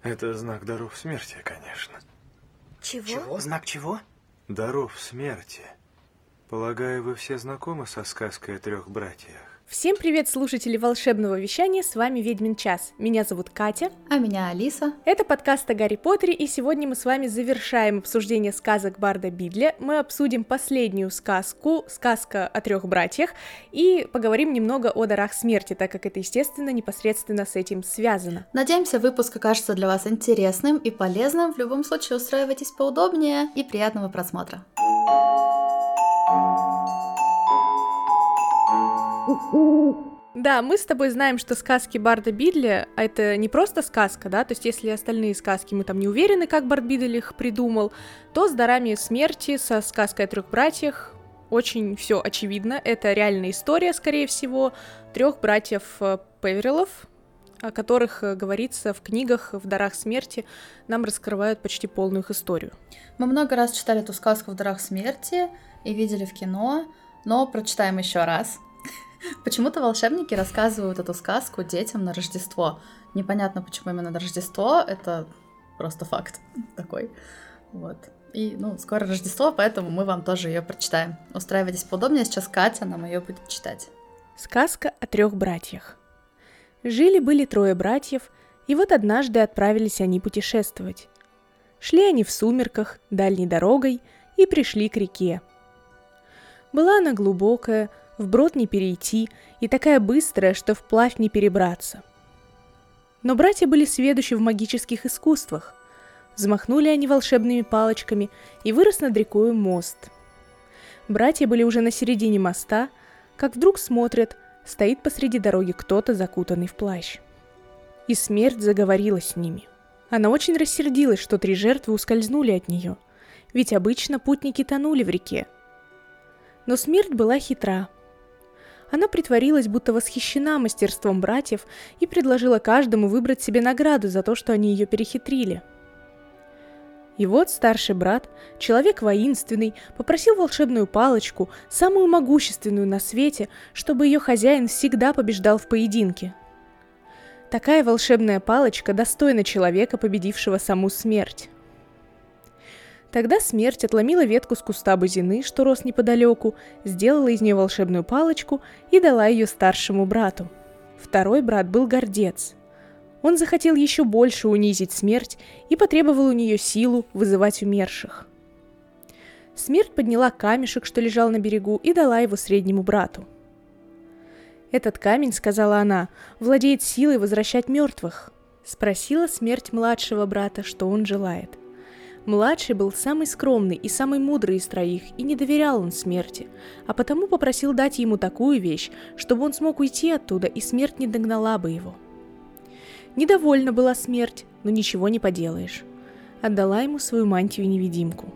Это знак даров смерти, конечно. Чего? Знак чего? Даров смерти. Полагаю, вы все знакомы со сказкой о 3 братьях? Всем привет, слушатели волшебного вещания, с вами Ведьмин час. Меня зовут Катя. А меня Алиса. Это подкаст о Гарри Поттере, и сегодня мы с вами завершаем обсуждение сказок Барда Бидля. Мы обсудим последнюю сказку, сказка о 3 братьях, и поговорим немного о дарах смерти, так как это, естественно, непосредственно с этим связано. Надеемся, выпуск окажется для вас интересным и полезным. В любом случае, устраивайтесь поудобнее и приятного просмотра. Да, мы с тобой знаем, что сказки Барда Бидля, а это не просто сказка, да, то есть если остальные сказки мы там не уверены, как Бард Бидль их придумал, то с дарами смерти, со сказкой о 3 братьях очень все очевидно. Это реальная история, скорее всего, 3 братьев Певериллов, о которых говорится в книгах, в дарах смерти, нам раскрывают почти полную их историю. Мы много раз читали эту сказку в дарах смерти и видели в кино, но прочитаем еще раз. Почему-то волшебники рассказывают эту сказку детям на Рождество. Непонятно, почему именно на Рождество, это просто факт такой. Вот. И, скоро Рождество, поэтому мы вам тоже ее прочитаем. Устраивайтесь поудобнее, сейчас Катя нам ее будет читать. Сказка о 3 братьях. Жили-были 3 братьев, и вот однажды отправились они путешествовать. Шли они в сумерках, дальней дорогой, и пришли к реке. Была она глубокая, вброд не перейти, и такая быстрая, что вплавь не перебраться. Но братья были сведущи в магических искусствах. Взмахнули они волшебными палочками, и вырос над рекою мост. Братья были уже на середине моста, как вдруг смотрят, стоит посреди дороги кто-то, закутанный в плащ. И смерть заговорила с ними. Она очень рассердилась, что 3 жертвы ускользнули от нее, ведь обычно путники тонули в реке. Но смерть была хитра. Она притворилась, будто восхищена мастерством братьев, и предложила каждому выбрать себе награду за то, что они ее перехитрили. И вот старший брат, человек воинственный, попросил волшебную палочку, самую могущественную на свете, чтобы ее хозяин всегда побеждал в поединке. Такая волшебная палочка достойна человека, победившего саму смерть. Тогда смерть отломила ветку с куста бузины, что рос неподалеку, сделала из нее волшебную палочку и дала ее старшему брату. Второй брат был гордец. Он захотел еще больше унизить смерть и потребовал у нее силу вызывать умерших. Смерть подняла камешек, что лежал на берегу, и дала его среднему брату. «Этот камень, — сказала она, — владеет силой возвращать мертвых». Спросила смерть младшего брата, что он желает. Младший был самый скромный и самый мудрый из 3, и не доверял он смерти, а потому попросил дать ему такую вещь, чтобы он смог уйти оттуда, и смерть не догнала бы его. Недовольна была смерть, но ничего не поделаешь. Отдала ему свою мантию-невидимку.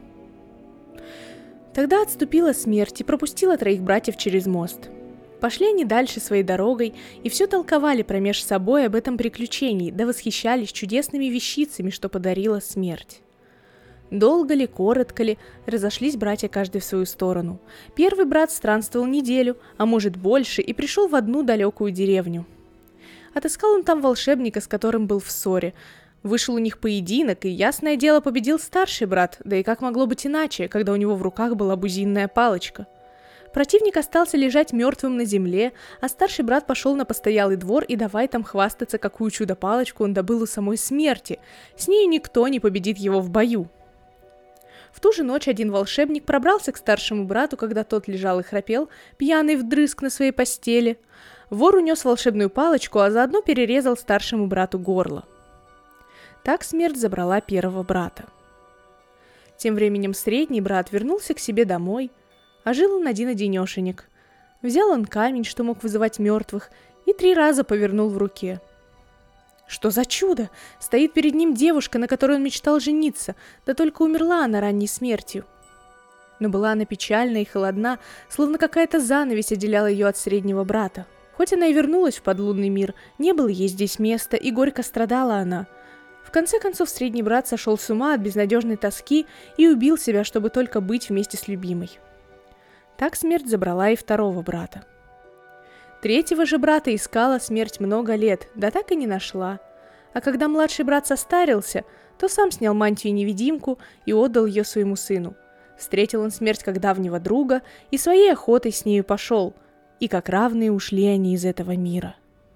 Тогда отступила смерть и пропустила 3 братьев через мост. Пошли они дальше своей дорогой, и все толковали промеж собой об этом приключении, да восхищались чудесными вещицами, что подарила смерть. Долго ли, коротко ли, разошлись братья каждый в свою сторону. Первый брат странствовал неделю, а может больше, и пришел в одну далекую деревню. Отыскал он там волшебника, с которым был в ссоре. Вышел у них поединок, и, ясное дело, победил старший брат, да и как могло быть иначе, когда у него в руках была бузинная палочка. Противник остался лежать мертвым на земле, а старший брат пошел на постоялый двор и давай там хвастаться, какую чудо-палочку он добыл у самой смерти. С нею никто не победит его в бою. В ту же ночь один волшебник пробрался к старшему брату, когда тот лежал и храпел, пьяный вдрызг на своей постели. Вор унес волшебную палочку, а заодно перерезал старшему брату горло. Так смерть забрала первого брата. Тем временем средний брат вернулся к себе домой, а жил он один-одинешенек. Взял он камень, что мог вызывать мертвых, и 3 раза повернул в руке. Что за чудо! Стоит перед ним девушка, на которой он мечтал жениться, да только умерла она ранней смертью. Но была она печальна и холодна, словно какая-то занавесь отделяла ее от среднего брата. Хоть она и вернулась в подлунный мир, не было ей здесь места, и горько страдала она. В конце концов, средний брат сошел с ума от безнадежной тоски и убил себя, чтобы только быть вместе с любимой. Так смерть забрала и второго брата. 3-го же брата искала смерть много лет, да так и не нашла. А когда младший брат состарился, то сам снял мантию-невидимку и отдал ее своему сыну. Встретил он смерть как давнего друга и своей охотой с нею пошел, и как равные ушли они из этого мира.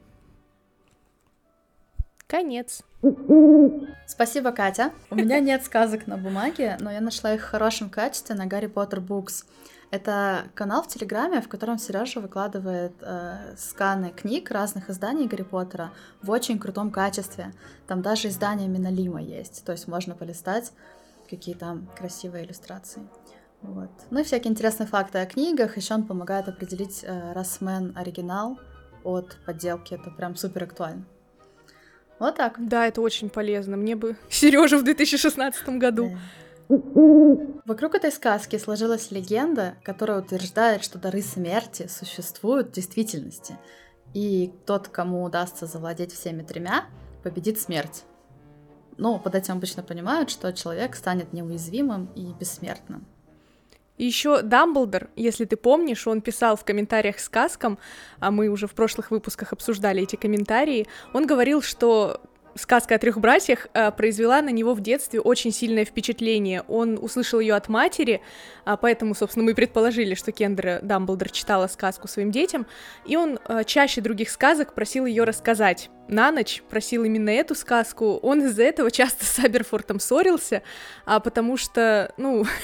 Конец. Спасибо, Катя. У меня нет сказок на бумаге, но я нашла их в хорошем качестве на Гарри Поттер Books. Это канал в Телеграме, в котором Сережа выкладывает сканы книг разных изданий Гарри Поттера в очень крутом качестве. Там даже издание Минолима есть, то есть можно полистать, какие там красивые иллюстрации. Вот. Ну и всякие интересные факты о книгах. Еще он помогает определить Росмен оригинал от подделки. Это прям супер актуально. Вот так. Да, это очень полезно. Мне бы Сережа в 2016 году. Да. Вокруг этой сказки сложилась легенда, которая утверждает, что дары смерти существуют в действительности, и тот, кому удастся завладеть всеми тремя, победит смерть. Но под этим обычно понимают, что человек станет неуязвимым и бессмертным. И еще Дамблдор, если ты помнишь, он писал в комментариях к сказкам, а мы уже в прошлых выпусках обсуждали эти комментарии, он говорил, что сказка о трех братьях произвела на него в детстве очень сильное впечатление. Он услышал ее от матери, поэтому, собственно, мы предположили, что Кендра Дамблдор читала сказку своим детям, и он чаще других сказок просил ее рассказать. На ночь просил именно эту сказку. Он из-за этого часто с Аберфортом ссорился, потому что,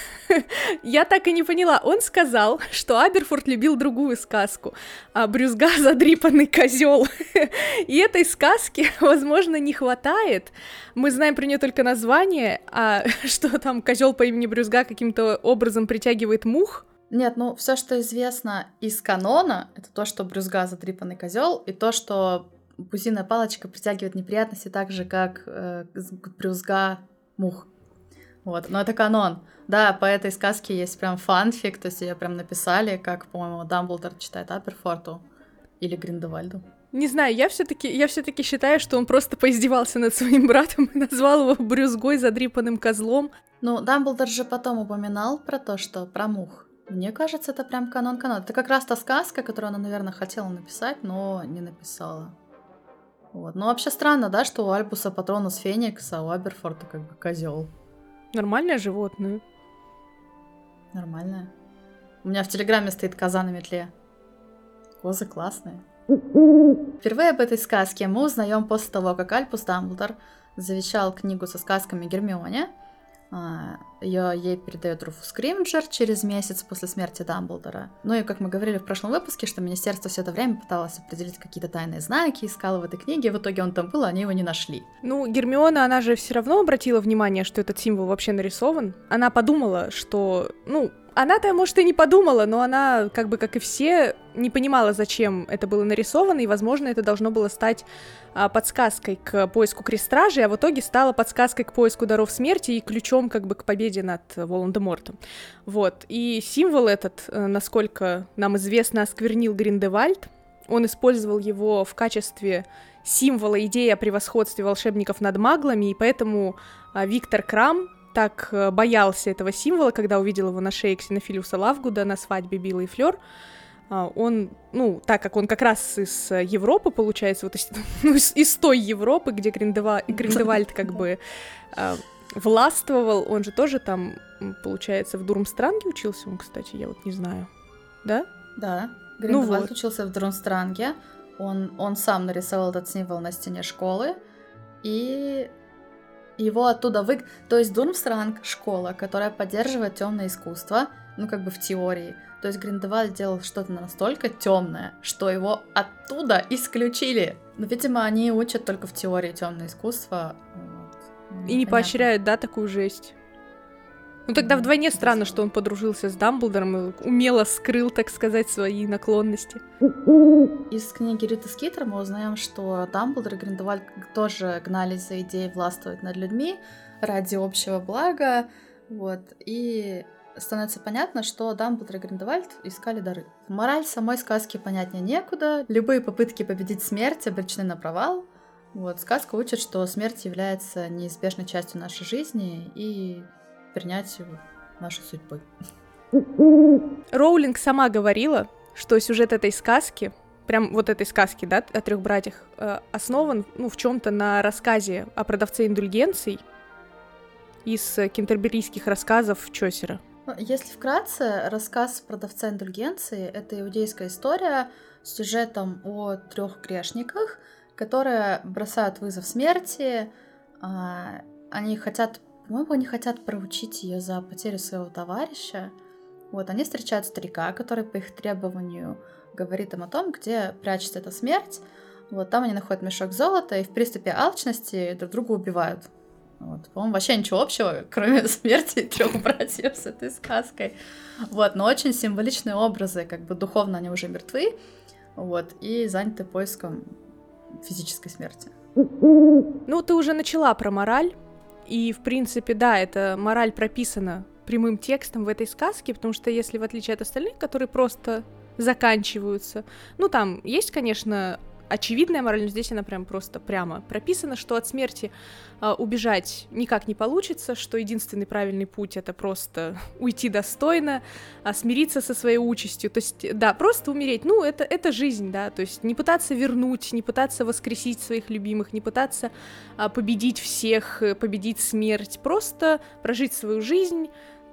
я так и не поняла. Он сказал, что Аберфорт любил другую сказку, «Брюзга задрипанный козел». И этой сказки, возможно, не хватает. Мы знаем про нее только название, а что там козел по имени Брюзга каким-то образом притягивает мух. Нет, все, что известно из канона, это то, что Брюзга задрипанный козел, и то, что бузиная палочка притягивает неприятности так же, как брюзга мух. Вот, но это канон. Да, по этой сказке есть прям фанфик, то есть ее прям написали, как, по-моему, Дамблдор читает Аберфорту или Гриндевальду. Не знаю, я все-таки считаю, что он просто поиздевался над своим братом и назвал его брюзгой, задрипанным козлом. Дамблдор же потом упоминал про то, что про мух. Мне кажется, это прям канон. Это как раз та сказка, которую она, наверное, хотела написать, но не написала. Вот. Вообще странно, да, что у Альбуса Патронус Феникс, а у Аберфорта как бы козел. Нормальное животное. Нормальное. У меня в Телеграме стоит коза на метле. Козы классные. Впервые об этой сказке мы узнаем после того, как Альбус Дамблдор завещал книгу со сказками Гермионе. Ей передает Руфус Гримджер через месяц после смерти Дамблдора. И, как мы говорили в прошлом выпуске, что министерство все это время пыталось определить какие-то тайные знаки, искало в этой книге, в итоге он там был, а они его не нашли. Гермиона, она же все равно обратила внимание, что этот символ вообще нарисован. Она подумала, что, она-то, может, и не подумала, но она, как и все, не понимала, зачем это было нарисовано, и, возможно, это должно было стать подсказкой к поиску Крестражей, а в итоге стало подсказкой к поиску даров смерти и ключом, к победе над Волан-де-Мортом. Вот. И символ этот, насколько нам известно, осквернил Гриндевальд. Он использовал его в качестве символа идеи о превосходстве волшебников над маглами, и поэтому Виктор Крам так боялся этого символа, когда увидел его на шее Ксенофилиуса Лавгуда на свадьбе Билла и Флёр. Он, так как он как раз из Европы, получается, из той Европы, где Гриндевальд властвовал, он же тоже там, получается, в Дурмстранге учился, он, кстати, я не знаю, да? Да, Гриндевальд учился в Дурмстранге, он сам нарисовал этот символ на стене школы, и его оттуда То есть Дурмстранг — школа, которая поддерживает темное искусство, в теории. То есть Гриндевальд делал что-то настолько темное, что его оттуда исключили. Но, видимо, они учат только в теории темное искусство. И не поощряют, да, такую жесть? Тогда вдвойне странно, что он подружился с Дамблдором и умело скрыл, так сказать, свои наклонности. Из книги Риты Скитер мы узнаем, что Дамблдор и Гриндевальд тоже гнались за идеей властвовать над людьми ради общего блага. И становится понятно, что Дамблдор и Гриндевальд искали дары. Мораль самой сказки понятнее некуда. Любые попытки победить смерть обречены на провал. Сказка учит, что смерть является неизбежной частью нашей жизни и принятию нашей судьбы. Роулинг сама говорила, что сюжет этой сказки прям вот этой сказки, да, о трех братьях, основан, в чем-то на рассказе о продавце индульгенций из кентерберийских рассказов Чосера. Если вкратце, рассказ продавца индульгенции — это иудейская история с сюжетом о 3 грешниках, которые бросают вызов смерти. Они хотят, по-моему, проучить ее за потерю своего товарища. Вот, они встречают старика, который по их требованию говорит им о том, где прячется эта смерть. Вот, там они находят мешок золота и в приступе алчности друг друга убивают. Вот, по-моему, вообще ничего общего, кроме смерти 3 братьев с этой сказкой. Вот, но очень символичные образы, как бы духовно они уже мертвы, вот, и заняты поиском физической смерти. Ну, ты уже начала про мораль, и, в принципе, да, эта мораль прописана прямым текстом в этой сказке, потому что если в отличие от остальных, которые просто заканчиваются, там есть, конечно, очевидная мораль, но здесь она прямо прописана, что от смерти убежать никак не получится, что единственный правильный путь — это просто уйти достойно, смириться со своей участью, то есть, да, просто умереть, это жизнь, да, то есть не пытаться вернуть, не пытаться воскресить своих любимых, не пытаться победить всех, победить смерть, просто прожить свою жизнь,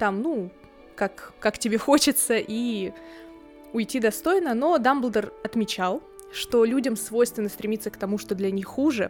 как тебе хочется, и уйти достойно, но Дамблдор отмечал, что людям свойственно стремиться к тому, что для них хуже,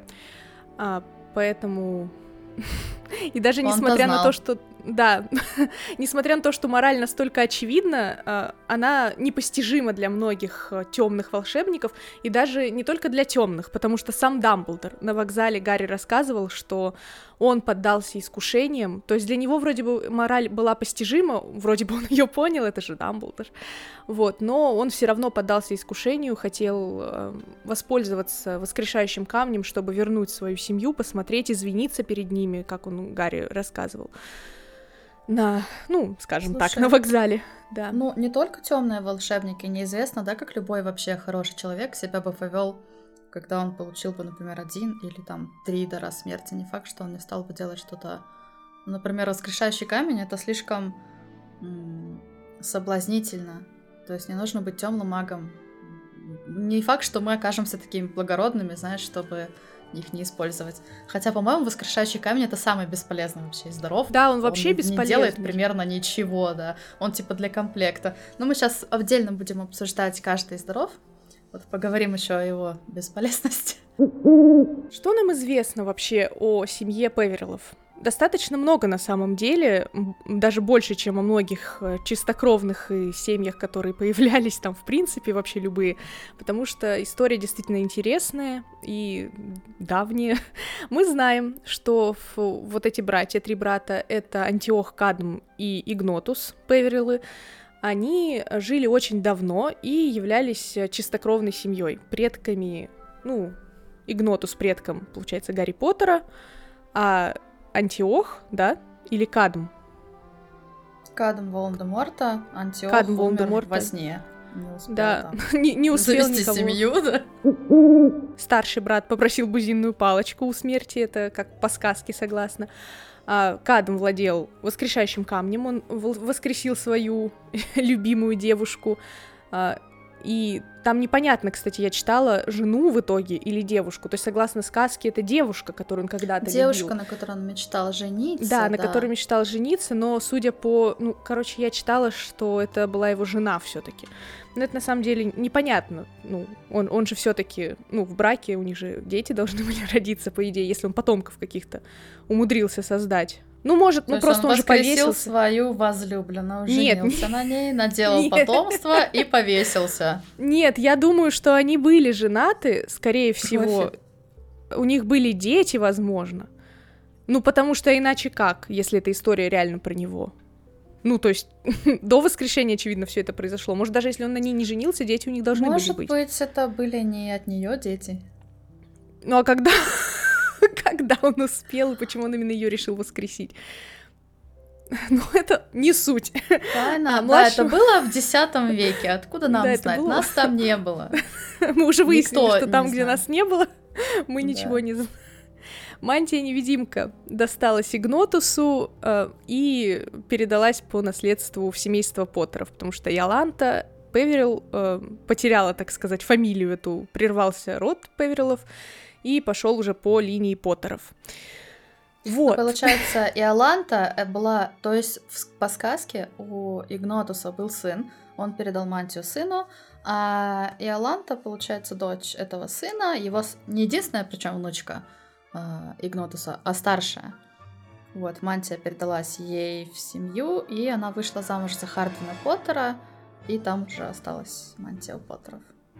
поэтому... И даже несмотря на то, что... Да, несмотря на то, что мораль настолько очевидна, она непостижима для многих темных волшебников, и даже не только для темных, потому что сам Дамблдор на вокзале Гарри рассказывал, что он поддался искушениям, то есть для него вроде бы мораль была постижима, вроде бы он ее понял, это же Дамблдор, вот, но он все равно поддался искушению, хотел воспользоваться воскрешающим камнем, чтобы вернуть свою семью, посмотреть, извиниться перед ними, как он Гарри рассказывал. Слушай, на вокзале, да. Не только темные волшебники, неизвестно, да, как любой вообще хороший человек себя бы повел, когда он получил бы, например, 1 или 3 дара смерти. Не факт, что он не стал бы делать что-то. Например, воскрешающий камень — это слишком соблазнительно. То есть не нужно быть темным магом. Не факт, что мы окажемся такими благородными, знаешь, чтобы их не использовать. Хотя, по-моему, воскрешающий камень — это самый бесполезный вообще из даров. Да, он вообще бесполезный. Не делает примерно ничего, да. Он для комплекта. Но мы сейчас отдельно будем обсуждать каждый из даров. Вот поговорим еще о его бесполезности. Что нам известно вообще о семье Певериллов? Достаточно много на самом деле, даже больше, чем о многих чистокровных семьях, которые появлялись там в принципе, вообще любые, потому что история действительно интересная и давняя. Мы знаем, что вот эти братья, 3 брата, это Антиох, Кадм и Игнотус Певериллы, они жили очень давно и являлись чистокровной семьей, предками, Игнотус предком, получается, Гарри Поттера, а Антиох, да? Или Кадм? Кадм Волан-де-Морта, Антиох Кадм умер Волан-де-Морта. во сне. Не успел, да, не успел завести никого. Семью, да? Старший брат попросил бузинную палочку у смерти, это как по сказке, согласно. Кадм владел воскрешающим камнем, он воскресил свою любимую девушку. И там непонятно, кстати, я читала, жену в итоге или девушку. То есть, согласно сказке, это девушка, которую он когда-то любил. Девушка, на которой он мечтал жениться. Да, на которой мечтал жениться, но судя по... я читала, что это была его жена все-таки. Но это на самом деле непонятно. Он же все-таки, в браке у них же дети должны были родиться, по идее, если он потомков каких-то умудрился создать. Может, просто он же повесился. Свою возлюбленную, женился на ней, наделал потомство и повесился. Нет, я думаю, что они были женаты, скорее всего. У них были дети, возможно. Потому что иначе как, если эта история реально про него? То есть до воскрешения, очевидно, все это произошло. Может, даже если он на ней не женился, дети у них должны были быть. Может быть, это были не от нее дети. А когда... Когда он успел, и почему он именно ее решил воскресить? Это не суть. Правильно, да, это было в X веке. Откуда нам знать? Было... Нас там не было. Мы уже выяснили, что там, где нас не было, мы ничего не знаем. Мантия-невидимка досталась Игнотусу и передалась по наследству в семейство Поттеров, потому что Йоланта Певерилл потеряла, так сказать, фамилию эту, прервался род Певериллов и пошел уже по линии Поттеров. Вот. Получается, Иоланта была, то есть по сказке у Игнотуса был сын, он передал мантию сыну, а Иоланта, получается, дочь этого сына, его не единственная, причем внучка Игнотуса, а старшая. Вот, мантия передалась ей в семью, и она вышла замуж за Хардина Поттера, и там уже осталась мантия у Поттеров.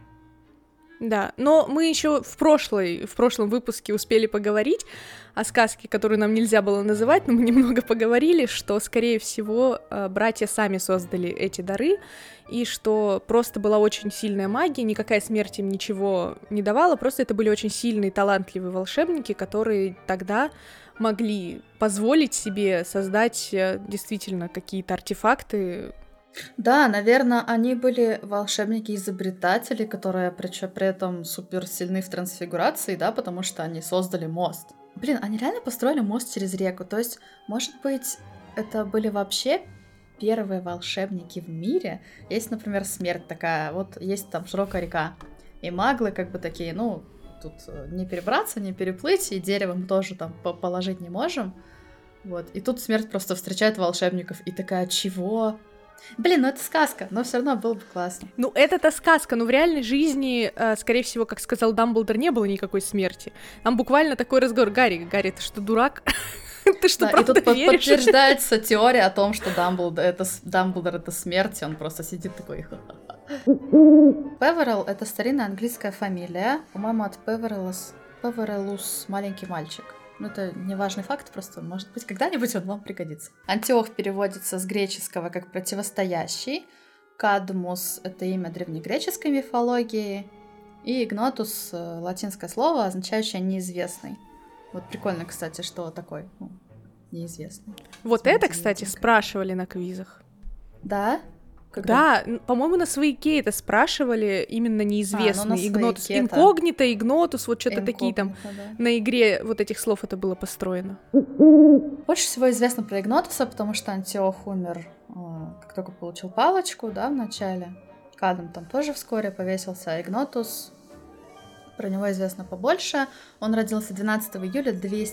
Да, но мы еще в прошлом выпуске успели поговорить о сказке, которую нам нельзя было называть, но мы немного поговорили, что, скорее всего, братья сами создали эти дары, и что просто была очень сильная магия, никакая смерть им ничего не давала, просто это были очень сильные, талантливые волшебники, которые тогда могли позволить себе создать действительно какие-то артефакты. Да, наверное, они были волшебники-изобретатели, которые при этом супер сильны в трансфигурации, да, потому что они создали мост. Блин, они реально построили мост через реку, то есть, может быть, это были вообще первые волшебники в мире? Есть, например, смерть такая, вот есть там широкая река, и маглы как бы такие, ну, тут не перебраться, не переплыть, и дерево мы тоже там положить не можем, вот, и тут смерть просто встречает волшебников, и такая, чего? Блин, ну это сказка, но все равно было бы классно. Ну, это-то сказка, но в реальной жизни, скорее всего, как сказал Дамблдор, не было никакой смерти. Там буквально такой разговор: Гарри, ты что, дурак? Ты что, правда веришь? И тут подтверждается теория о том, что Дамблдор это смерть, он просто сидит такой... Певерилл — это старинная английская фамилия, по-моему, от Певериллус, маленький мальчик. Ну, это не важный факт, просто, может быть, когда-нибудь он вам пригодится. Антиох переводится с греческого как «противостоящий», Кадмус — это имя древнегреческой мифологии, и Игнотус — латинское слово, означающее «неизвестный». Вот прикольно, кстати, что такой, неизвестный. Вот смотрите, это, кстати, спрашивали на квизах. Да? Когда? Да, по-моему, на свояке это спрашивали именно неизвестный. Игнотус инкогнито, Игнотус, вот что-то такие там. Да. На игре вот этих слов это было построено. Больше всего известно про Игнотуса, потому что Антиох умер, как только получил палочку, да, в начале. Кадм там тоже вскоре повесился, а Игнотус, про него известно побольше. Он родился 12 июля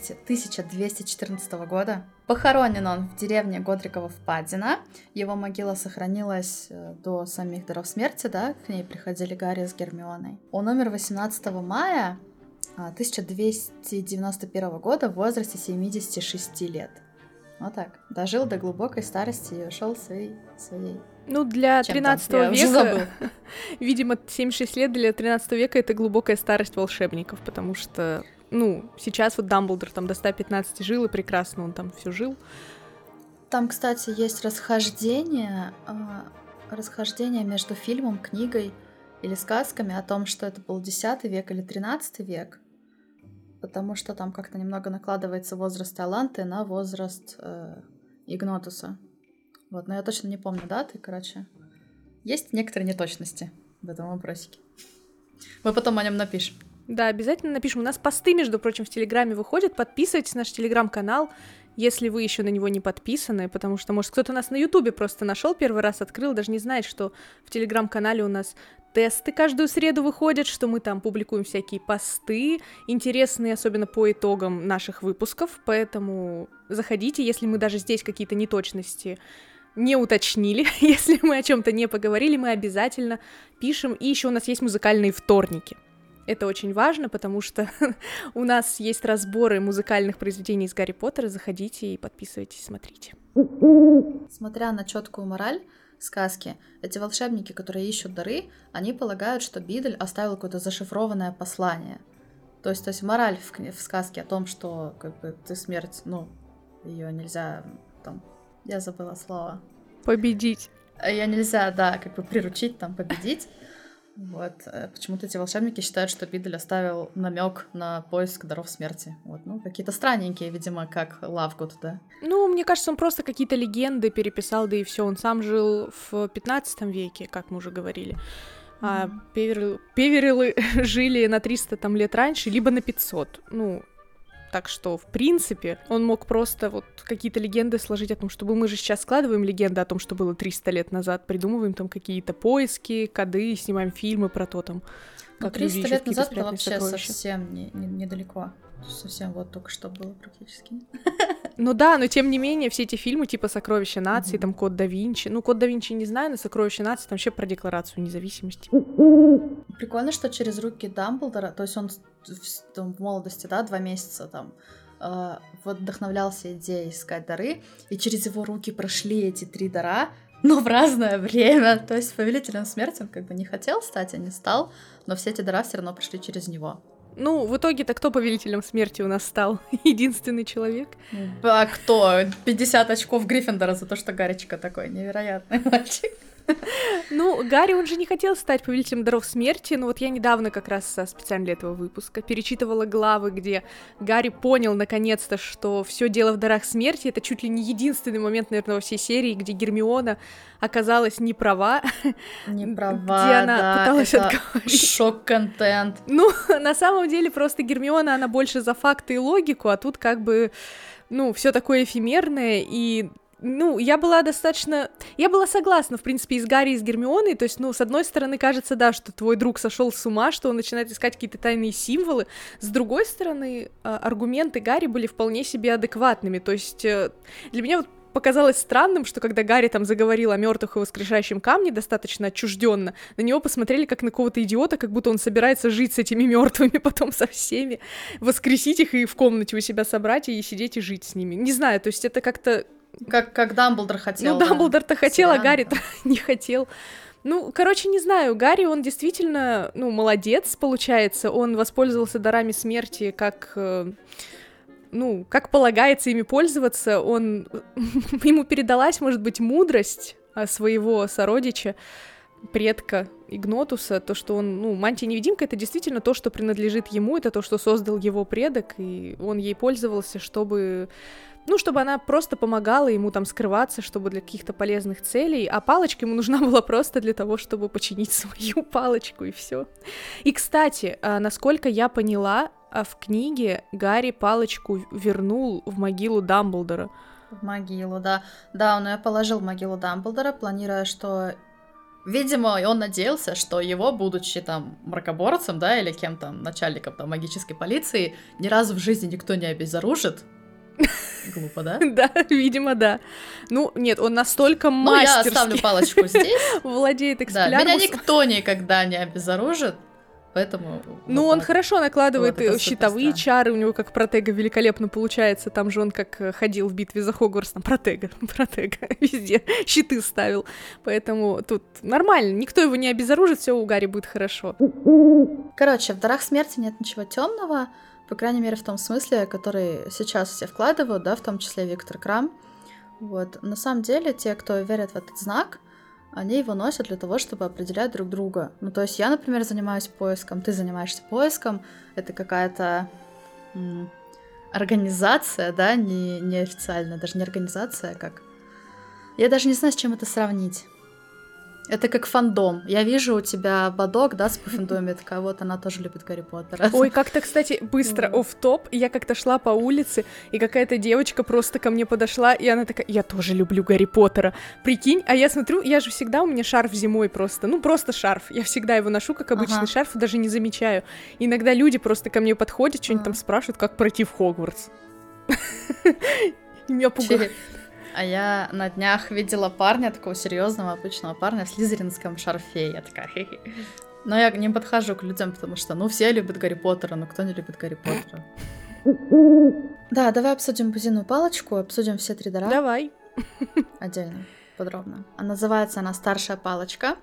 1214 года. Похоронен он в деревне Годрикова Впадина. Его могила сохранилась до самих даров смерти, да, к ней приходили Гарри с Гермионой. Он умер 18 мая 1291 года в возрасте 76 лет. Вот так. Дожил до глубокой старости и ушел своей. Ну, для 13 века, видимо, 76 лет для 13 века это глубокая старость волшебников, потому что, ну, сейчас вот Дамблдор там до 115 жил, и прекрасно он там все жил. Там, кстати, есть расхождение между фильмом, книгой или сказками о том, что это был 10 век или 13 век, потому что там как-то немного накладывается возраст Иоланты на возраст Игнотуса. Вот, но я точно не помню даты, короче. Есть некоторые неточности в этом вопросике. Мы потом о нем напишем. Да, обязательно напишем. У нас посты, между прочим, в Телеграме выходят. Подписывайтесь на наш Телеграм-канал, если вы еще на него не подписаны, потому что, может, кто-то нас на Ютубе просто нашел, первый раз открыл, даже не знает, что в Телеграм-канале у нас тесты каждую среду выходят, что мы там публикуем всякие посты, интересные, особенно по итогам наших выпусков, поэтому заходите, если мы даже здесь какие-то неточности не уточнили, если мы о чем-то не поговорили, мы обязательно пишем. И еще у нас есть музыкальные вторники. Это очень важно, потому что у нас есть разборы музыкальных произведений из Гарри Поттера. Заходите и подписывайтесь, смотрите. Смотря на четкую мораль сказки, эти волшебники, которые ищут дары, они полагают, что Бидль оставил какое-то зашифрованное послание. То есть мораль в сказке о том, что как бы ты смерть, ну, ее нельзя там... Я забыла слово. Победить. Ее нельзя, да, как бы приручить, там, победить. Вот. Почему-то эти волшебники считают, что Бидль оставил намек на поиск даров смерти. Вот. Ну, какие-то странненькие, видимо, как Лавгуд, да. Ну, мне кажется, он просто какие-то легенды переписал, да и все. Он сам жил в 15 веке, как мы уже говорили. А Певериллы жили на 300 там лет раньше, либо на 500. Ну, Так что, в принципе, он мог просто вот какие-то легенды сложить о том, чтобы мы же сейчас складываем легенды о том, что было 300 лет назад, придумываем там какие-то поиски, коды, снимаем фильмы про то там, как люди 300 ищут лет какие-то назад это спрятанные вообще сокровища. совсем недалеко. Совсем вот только что было практически. Ну да, но тем не менее, все эти фильмы типа «Сокровища нации», там «Код да Винчи». Ну, «Код да Винчи» не знаю, но «Сокровища нации» там вообще про Декларацию независимости. Прикольно, что через руки Дамблдора, то есть он в молодости, да, 2 месяца там, вот вдохновлялся идеей искать дары, и через его руки прошли эти 3 дара, но в разное время. То есть Повелителем Смерти он как бы не хотел стать, а не стал, но все эти дара все равно прошли через него. Ну, в итоге-то кто Повелителем Смерти у нас стал? Единственный человек. А кто? 50 очков Гриффиндора за то, что Гаричка такой невероятный мальчик. Ну, Гарри, он же не хотел стать повелителем даров смерти, но вот я недавно как раз специально для этого выпуска перечитывала главы, где Гарри понял наконец-то, что все дело в дарах смерти. Это чуть ли не единственный момент, наверное, во всей серии, где Гермиона оказалась не права. Не права, где она да, пыталась это отговорить. шок-контент. Ну, на самом деле, просто Гермиона, она больше за факты и логику, а тут как бы, ну, все такое эфемерное, и ну, я была согласна, в принципе, и с Гарри, и с Гермионой, то есть, ну, с одной стороны, кажется, да, что твой друг сошел с ума, что он начинает искать какие-то тайные символы, с другой стороны, аргументы Гарри были вполне себе адекватными, то есть, для меня вот показалось странным, что когда Гарри там заговорил о мертвых и воскрешающем камне достаточно отчужденно, на него посмотрели как на какого-то идиота, как будто он собирается жить с этими мертвыми, потом со всеми, воскресить их и в комнате у себя собрать и сидеть и жить с ними. Не знаю, то есть это как-то... Как Дамблдор хотел. Ну, Дамблдор-то хотел, а Сериал, Гарри-то не хотел. Ну, короче, не знаю, Гарри, он действительно, ну, молодец, получается, он воспользовался дарами смерти как... ну, как полагается ими пользоваться, ему передалась, может быть, мудрость своего сородича, предка Игнотуса, то, что он, ну, мантия-невидимка — это действительно то, что принадлежит ему, это то, что создал его предок, и он ей пользовался, чтобы она просто помогала ему там скрываться, чтобы для каких-то полезных целей, а палочка ему нужна была просто для того, чтобы починить свою палочку, и все. И, кстати, насколько я поняла, в книге Гарри палочку вернул в могилу Дамблдора. В могилу, да. Да, он ее положил в могилу Дамблдора, планируя, что... Видимо, он надеялся, что его, будучи там мракоборцем, да, или кем-то, начальником там магической полиции, ни разу в жизни никто не обезоружит. Глупо, да? Да, видимо, да. Ну, нет, он настолько Ну, я мастерски оставлю палочку здесь. владеет Да, экспеллярмусом. меня никто никогда не обезоружит, поэтому... Ну, вот он так. хорошо накладывает Вот, это щитовые супер чары, у него как протега великолепно получается, там же он как ходил в битве за Хогвартс, там протега, везде щиты ставил, поэтому тут нормально, никто его не обезоружит, все у Гарри будет хорошо. Короче, в дарах смерти нет ничего темного, по крайней мере, в том смысле, который сейчас все вкладывают, да, в том числе Виктор Крам. Вот. На самом деле, те, кто верят в этот знак, они его носят для того, чтобы определять друг друга. Ну, то есть я, например, занимаюсь поиском, ты занимаешься поиском, это какая-то организация, да, не официальная, даже не организация, как... Я даже не знаю, с чем это сравнить. Это как фандом. Я вижу у тебя Бадок, да, с Пуффендуем, такая вот, она тоже любит Гарри Поттера. Ой, как-то, кстати, быстро офф-топ, я как-то шла по улице, и какая-то девочка просто ко мне подошла, и она такая, я тоже люблю Гарри Поттера, прикинь, а я смотрю, я же всегда, у меня шарф зимой просто, ну, просто шарф, я всегда его ношу, как обычный шарф, даже не замечаю. Иногда люди просто ко мне подходят, что-нибудь там спрашивают, как пройти в Хогвартс. Меня пугает. А я на днях видела парня, такого серьезного, обычного парня в слизеринском шарфе. Я такая, хе-хе. Но я не подхожу к людям, потому что, ну, все любят Гарри Поттера, но кто не любит Гарри Поттера? Да, давай обсудим бузиную палочку, обсудим все 3 дара. Давай. Отдельно, подробно. А называется она «Старшая палочка».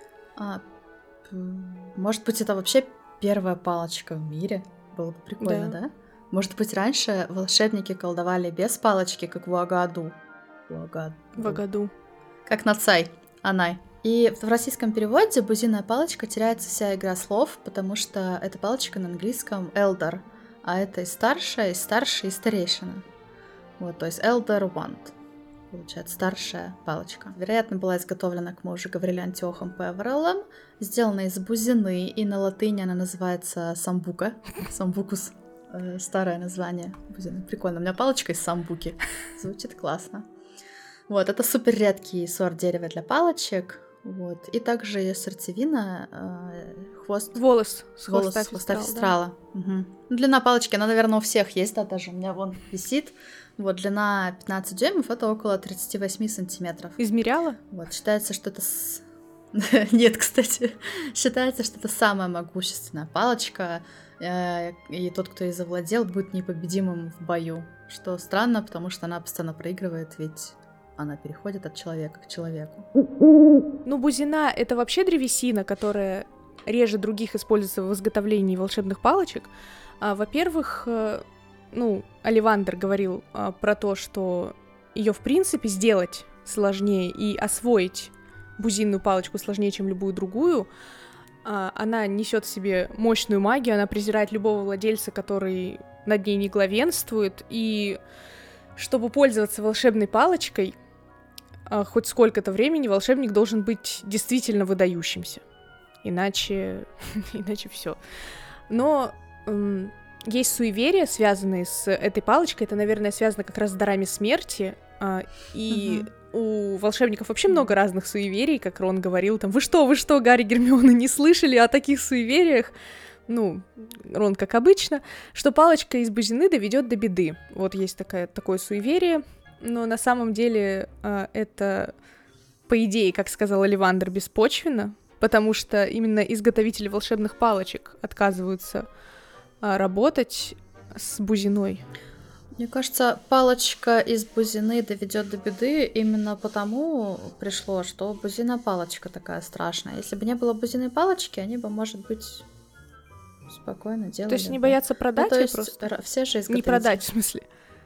Может быть, это вообще первая палочка в мире? Было бы прикольно, да? Может быть, раньше волшебники колдовали без палочки, как в Агаду. В Агаду. Как Нацай, Анай. И в российском переводе бузиная палочка теряется вся игра слов, потому что эта палочка на английском elder, а это и старшая, и старший, и старейшина. Вот, то есть elder wand, получается, старшая палочка. Вероятно, была изготовлена, как мы уже говорили, Антиохом Певереллом, сделана из бузины, и на латыни она называется самбука, самбукус. старое название. Блин, прикольно. У меня палочка из самбуки. Звучит классно. Вот, это супер редкий сорт дерева для палочек. Вот. И также есть сердцевина, волос с хвоста фистрала. Да. Угу. Длина палочки, она, наверное, у всех есть, да, даже у меня вон висит. Вот, длина 15 дюймов, это около 38 сантиметров. Измеряла? Вот, считается, что это... Нет, кстати. Считается, что это самая могущественная палочка, и тот, кто ее завладел, будет непобедимым в бою. Что странно, потому что она постоянно проигрывает, ведь она переходит от человека к человеку. Ну, бузина — это вообще древесина, которая реже других используется в изготовлении волшебных палочек. Во-первых, Оливандер говорил про то, что ее в принципе сделать сложнее и освоить бузинную палочку сложнее, чем любую другую. Она несет в себе мощную магию, она презирает любого владельца, который над ней не главенствует, и чтобы пользоваться волшебной палочкой хоть сколько-то времени, волшебник должен быть действительно выдающимся. Иначе все. Но есть суеверия, связанные с этой палочкой. Это, наверное, связано как раз с дарами смерти. И у волшебников вообще много разных суеверий, как Рон говорил. Там, вы что, Гарри, Гермиона, не слышали о таких суевериях? Ну, Рон, как обычно, что палочка из бузины доведет до беды. Вот есть такое суеверие. Но на самом деле это, по идее, как сказал Оливандер, беспочвенно, потому что именно изготовители волшебных палочек отказываются работать с бузиной. Мне кажется, палочка из бузины доведет до беды именно потому пришло, что бузина палочка такая страшная. Если бы не было бузиной палочки, они бы, может быть, спокойно делали. То есть они боятся продать, то есть просто? Все же изготовители. Не продать, в смысле?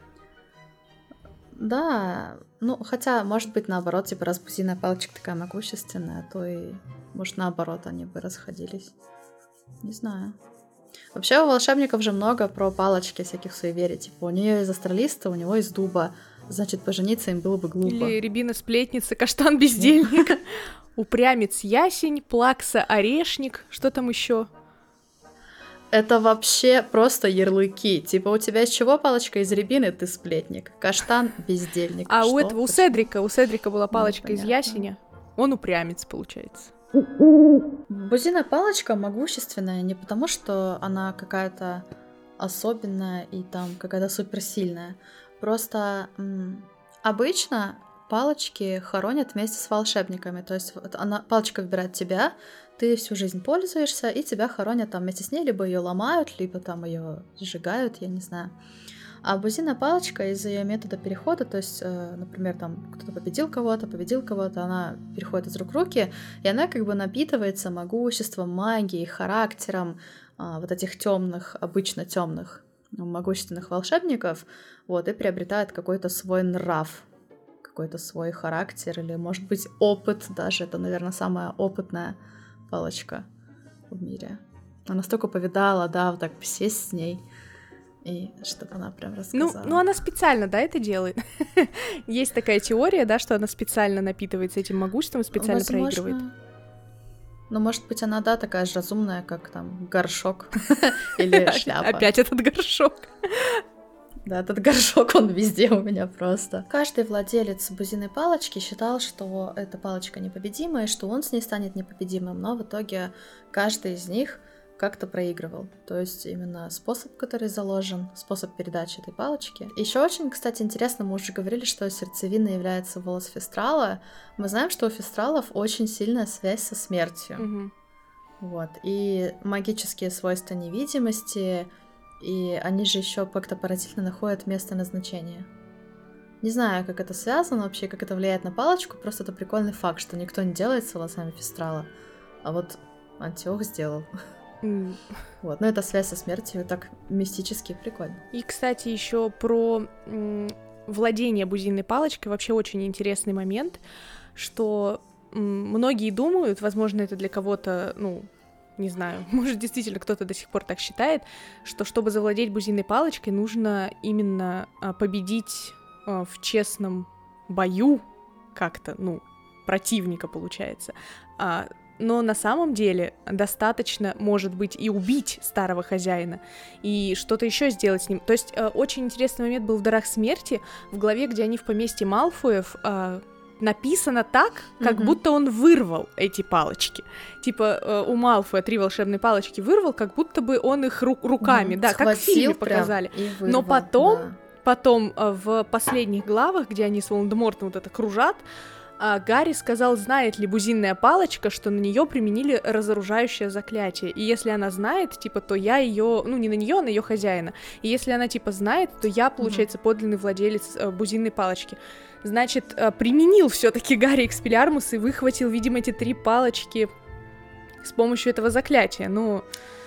Да, хотя, может быть, наоборот, типа, раз бузиная палочка такая могущественная, то и, может, наоборот, они бы расходились. Не знаю. Вообще у волшебников же много про палочки всяких суеверий. Типа, у нее из астролиста, у него из дуба. Значит, пожениться им было бы глупо. Или рябина-сплетница, каштан-бездельник, упрямец-ясень, плакса-орешник, что там еще? Это вообще просто ярлыки. Типа, у тебя из чего палочка? Из рябины, ты сплетник. Каштан — бездельник. А у Седрика была палочка из ясеня. Он упрямец, получается. Бузиная палочка могущественная не потому, что она какая-то особенная и там какая-то суперсильная. Просто обычно палочки хоронят вместе с волшебниками. То есть палочка выбирает тебя, ты всю жизнь пользуешься, и тебя хоронят там вместе с ней, либо ее ломают, либо там ее сжигают, я не знаю. А бузиная палочка из-за ее метода перехода, то есть, например, там кто-то победил кого-то, она переходит из рук в руки, и она как бы напитывается могуществом, магией, характером вот этих темных, обычно темных, могущественных волшебников, вот, и приобретает какой-то свой нрав, какой-то свой характер, или, может быть, опыт даже. Это, наверное, самая опытная палочка в мире. Она столько повидала, да, вот так сесть с ней, и чтобы она прям рассказала. Ну, она специально, да, это делает. Есть такая теория, да, что она специально напитывается этим могуществом, специально проигрывает. Ну, может быть, она, да, такая же разумная, как там горшок или шляпа. Опять этот горшок. Да, этот горшок, он везде у меня просто. Каждый владелец бузиной палочки считал, что эта палочка непобедимая, что он с ней станет непобедимым, но в итоге каждый из них как-то проигрывал. То есть именно способ, который заложен, способ передачи этой палочки. Еще очень, кстати, интересно, мы уже говорили, что сердцевина является волос фистрала. Мы знаем, что у фистралов очень сильная связь со смертью. Вот. И магические свойства невидимости, и они же еще как-то поразительно находят место назначения. Не знаю, как это связано вообще, как это влияет на палочку, просто это прикольный факт, что никто не делает с волосами фистрала, а вот Антиох сделал. Вот, но эта связь со смертью так мистически прикольно. И, кстати, еще про владение бузинной палочкой вообще очень интересный момент, что многие думают, возможно, это для кого-то, не знаю, может, действительно кто-то до сих пор так считает, что чтобы завладеть бузинной палочкой, нужно именно победить в честном бою как-то, противника, получается. но на самом деле достаточно, может быть, и убить старого хозяина, и что-то еще сделать с ним. То есть очень интересный момент был в «Дарах смерти», в главе, где они в поместье Малфоев, написано так, как будто он вырвал эти палочки. Типа у Малфоя 3 волшебные палочки вырвал, как будто бы он их руками, да, как в фильме показали. Вырвал, но потом в последних главах, где они с Волан-де-Мортом вот это кружат, Гарри сказал, знает ли бузинная палочка, что на нее применили разоружающее заклятие. И если она знает, типа, то я ее, ну не на нее, а на ее хозяина. И если она типа знает, то я, получается, подлинный владелец бузинной палочки. Значит, применил все-таки Гарри Экспеллиармус и выхватил, видимо, эти 3 палочки с помощью этого заклятия. Ну,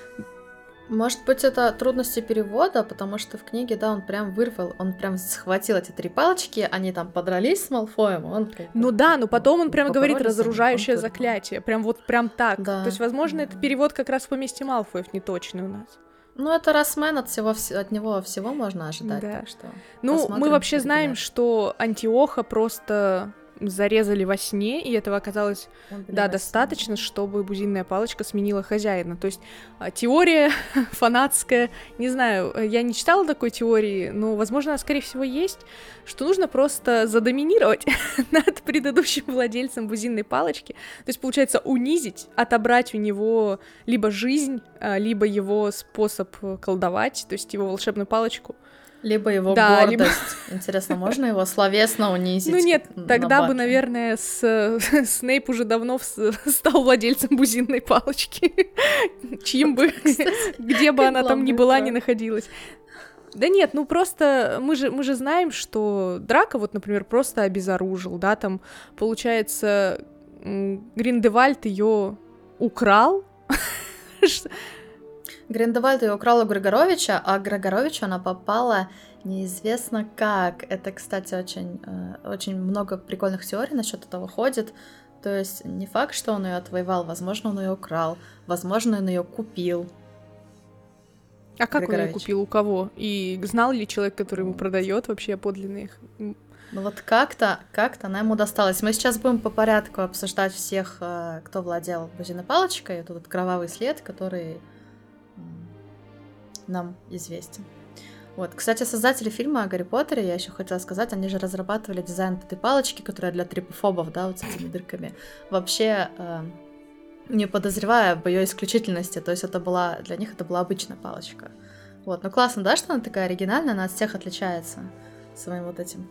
может быть, это трудности перевода, потому что в книге, да, он прям вырвал, он прям схватил эти 3 палочки, они там подрались с Малфоем, он... Ну да, но потом он прям говорит разоружающее заклятие, прям вот прям так. Да. То есть, возможно, это перевод как раз в поместье Малфоев неточный у нас. Ну, это Росмен, от него всего можно ожидать, да. так что... Ну, мы вообще знаем, что Антиоха просто зарезали во сне, и этого оказалось, да, достаточно, чтобы бузинная палочка сменила хозяина. То есть теория фанатская, не знаю, я не читала такой теории, но, возможно, она, скорее всего, есть, что нужно просто задоминировать над предыдущим владельцем бузинной палочки, то есть, получается, унизить, отобрать у него либо жизнь, либо его способ колдовать, то есть его волшебную палочку. Либо его гордость. Интересно, можно его словесно унизить? Ну нет, тогда бы, наверное, Снейп уже давно стал владельцем бузинной палочки. Чьим бы, где бы она там ни была, ни находилась. Да нет, ну просто мы же знаем, что Драко, вот, например, просто обезоружил, да, там, получается, Гриндевальд ее украл. Гриндевальд ее украл у Григоровича, а Григоровичу она попала неизвестно как. Это, кстати, очень много прикольных теорий насчет этого ходит. То есть не факт, что он ее отвоевал, возможно, он ее украл, возможно, он ее купил. А как он ее купил, у кого? И знал ли человек, который ему продает вообще подлинных? Ну вот как-то она ему досталась. Мы сейчас будем по порядку обсуждать всех, кто владел бузиной палочкой. Это вот кровавый след, который нам известен. Вот. Кстати, создатели фильма о Гарри Поттере, я еще хотела сказать, они же разрабатывали дизайн этой палочки, которая для трипофобов, да, вот с этими дырками. Вообще, не подозревая об ее исключительности, то есть для них это была обычная палочка. Вот. Ну классно, да, что она такая оригинальная, она от всех отличается своим вот этим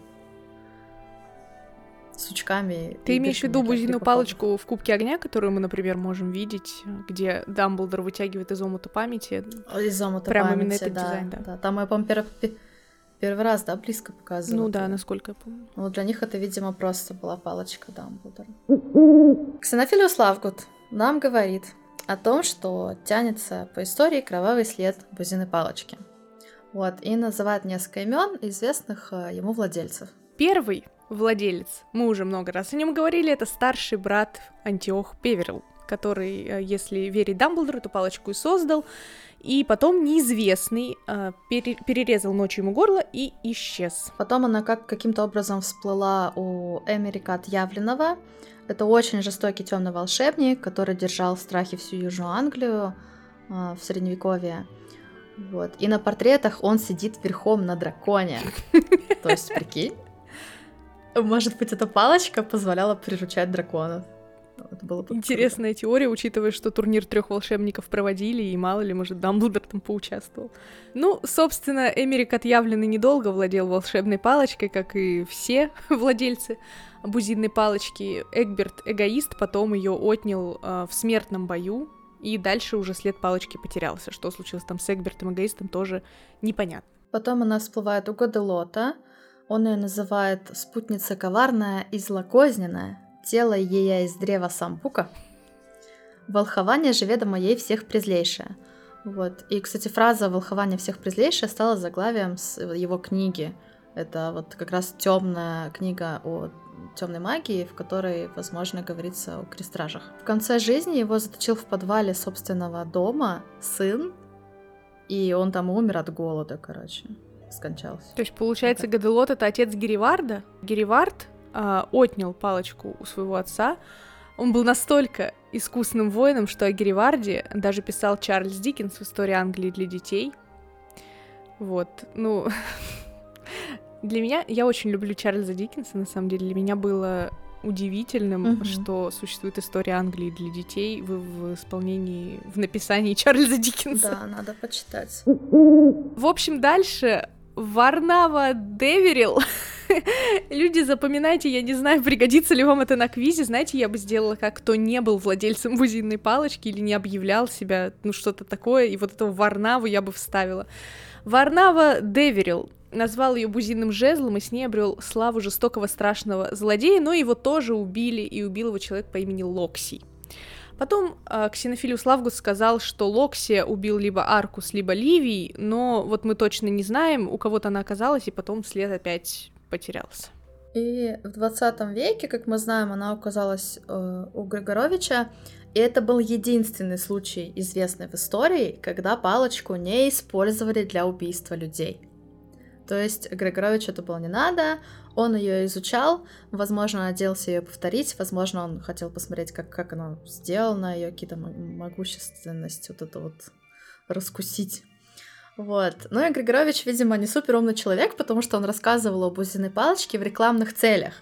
сучками. Ты имеешь в виду бузинную палочку в Кубке огня, которую мы, например, можем видеть, где Дамблдор вытягивает из омута памяти? Из омута прям памяти, именно этот да, дизайн, да. Там я, по-моему, первый раз, да, близко показывала. Ну да, насколько я помню. Вот для них это, видимо, просто была палочка Дамблдора. Ксенофилиус Лавгуд нам говорит о том, что тянется по истории кровавый след бузиной палочки. Вот, и называет несколько имен известных ему владельцев. Первый владелец, мы уже много раз о нем говорили, это старший брат Антиох Певерилл, который, если верить Дамблдору, эту палочку и создал, и потом неизвестный перерезал ночью ему горло и исчез. Потом она каким-то образом всплыла у Эмерика Отъявленного. Это очень жестокий темный волшебник, который держал в страхе всю Южную Англию в Средневековье. Вот. И на портретах он сидит верхом на драконе. То есть, прикинь, может быть, эта палочка позволяла приручать драконов. Это было бы интересная теория, учитывая, что турнир 3 волшебников проводили, и мало ли, может, Дамблдор там поучаствовал. Ну, собственно, Эмерик Отъявленный недолго владел волшебной палочкой, как и все владельцы бузинной палочки. Эгберт Эгоист потом ее отнял в смертном бою, и дальше уже след палочки потерялся. Что случилось там с Эгбертом Эгоистом, тоже непонятно. Потом она всплывает у Годелота. Он ее называет «спутница коварная и злокозненная, тело ея из древа сампука, волхование же ведомо ей всех презлейшее». Вот. И, кстати, фраза «волхование всех презлейшее» стала заглавием его книги. Это вот как раз темная книга о темной магии, в которой, возможно, говорится о крестражах. В конце жизни его заточил в подвале собственного дома сын, и он там умер от голода, короче. Скончался. То есть, получается, Годелот — это отец Герриварда. Герривард отнял палочку у своего отца. Он был настолько искусным воином, что о Гереварде даже писал Чарльз Диккенс в «Истории Англии для детей». Вот, ну... Для меня... Я очень люблю Чарльза Диккенса, на самом деле. Для меня было удивительным, что существует «История Англии для детей» в исполнении, в написании Чарльза Диккенса. Да, надо почитать. В общем, дальше Варнава Деверил. Люди, запоминайте, я не знаю, пригодится ли вам это на квизе. Знаете, я бы сделала, как кто не был владельцем бузинной палочки или не объявлял себя, ну, что-то такое, и вот этого Варнаву я бы вставила. Варнава Деверил назвал ее бузинным жезлом и с ней обрел славу жестокого страшного злодея, но его тоже убили, и убил его человек по имени Локсий. Потом Ксенофилиус Лавгус сказал, что Локсия убил либо Аркус, либо Ливий, но вот мы точно не знаем, у кого-то она оказалась, и потом след опять потерялся. И в 20 веке, как мы знаем, она оказалась у Григоровича, и это был единственный случай, известный в истории, когда палочку не использовали для убийства людей. То есть Григоровичу это было не надо, он ее изучал, возможно, надеялся ее повторить, возможно, он хотел посмотреть, как она сделана, ее какие-то могущественности, вот это вот раскусить. Вот. Ну и Григорович, видимо, не супер умный человек, потому что он рассказывал о бузиной палочке в рекламных целях.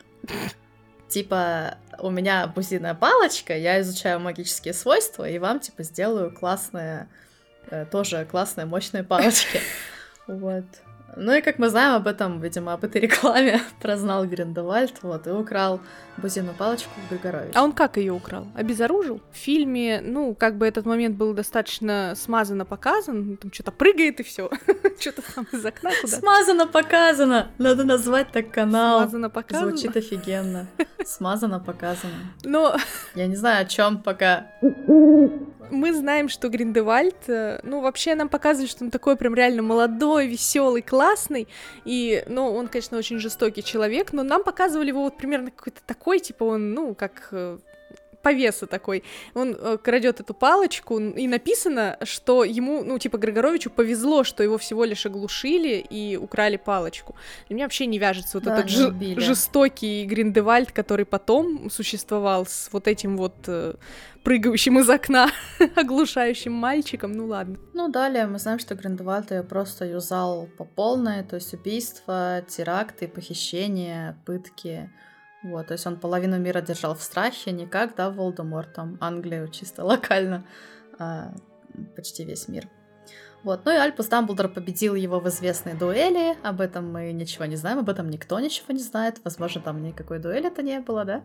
Типа, у меня бузиная палочка, я изучаю магические свойства, и вам, типа, сделаю классные, тоже классные, мощные палочки. Вот. Ну и как мы знаем об этом, видимо, об этой рекламе прознал Гриндевальд, вот, и украл бузинную палочку Григорович. А он как ее украл? Обезоружил? В фильме, ну, как бы этот момент был достаточно смазанно показан, там что-то прыгает и все, что-то там из окна куда-то. Смазано показано! Надо назвать так канал. Смазано показано? Звучит офигенно. Смазано показано. Но... Я не знаю, о чем пока. Мы знаем, что Гриндевальд, ну, вообще нам показывали, что он такой прям реально молодой, веселый, классный, и, ну, он, конечно, очень жестокий человек, но нам показывали его вот примерно какой-то такой, типа он, ну, как повеса такой. Он крадет эту палочку, и написано, что ему, ну, типа, Григоровичу повезло, что его всего лишь оглушили и украли палочку. Для меня вообще не вяжется вот да, этот жестокий Гриндевальд, который потом существовал с вот этим вот прыгающим из окна оглушающим мальчиком, ну ладно. Ну, далее мы знаем, что Гриндевальд ее просто юзал по полной, то есть убийства, теракты, похищения, пытки. Вот, то есть он половину мира держал в страхе, не как, да, Волдеморт, там, Англию чисто локально, а почти весь мир. Вот, ну и Альбус Дамблдор победил его в известной дуэли, об этом мы ничего не знаем, об этом никто ничего не знает, возможно, там никакой дуэли-то не было, да?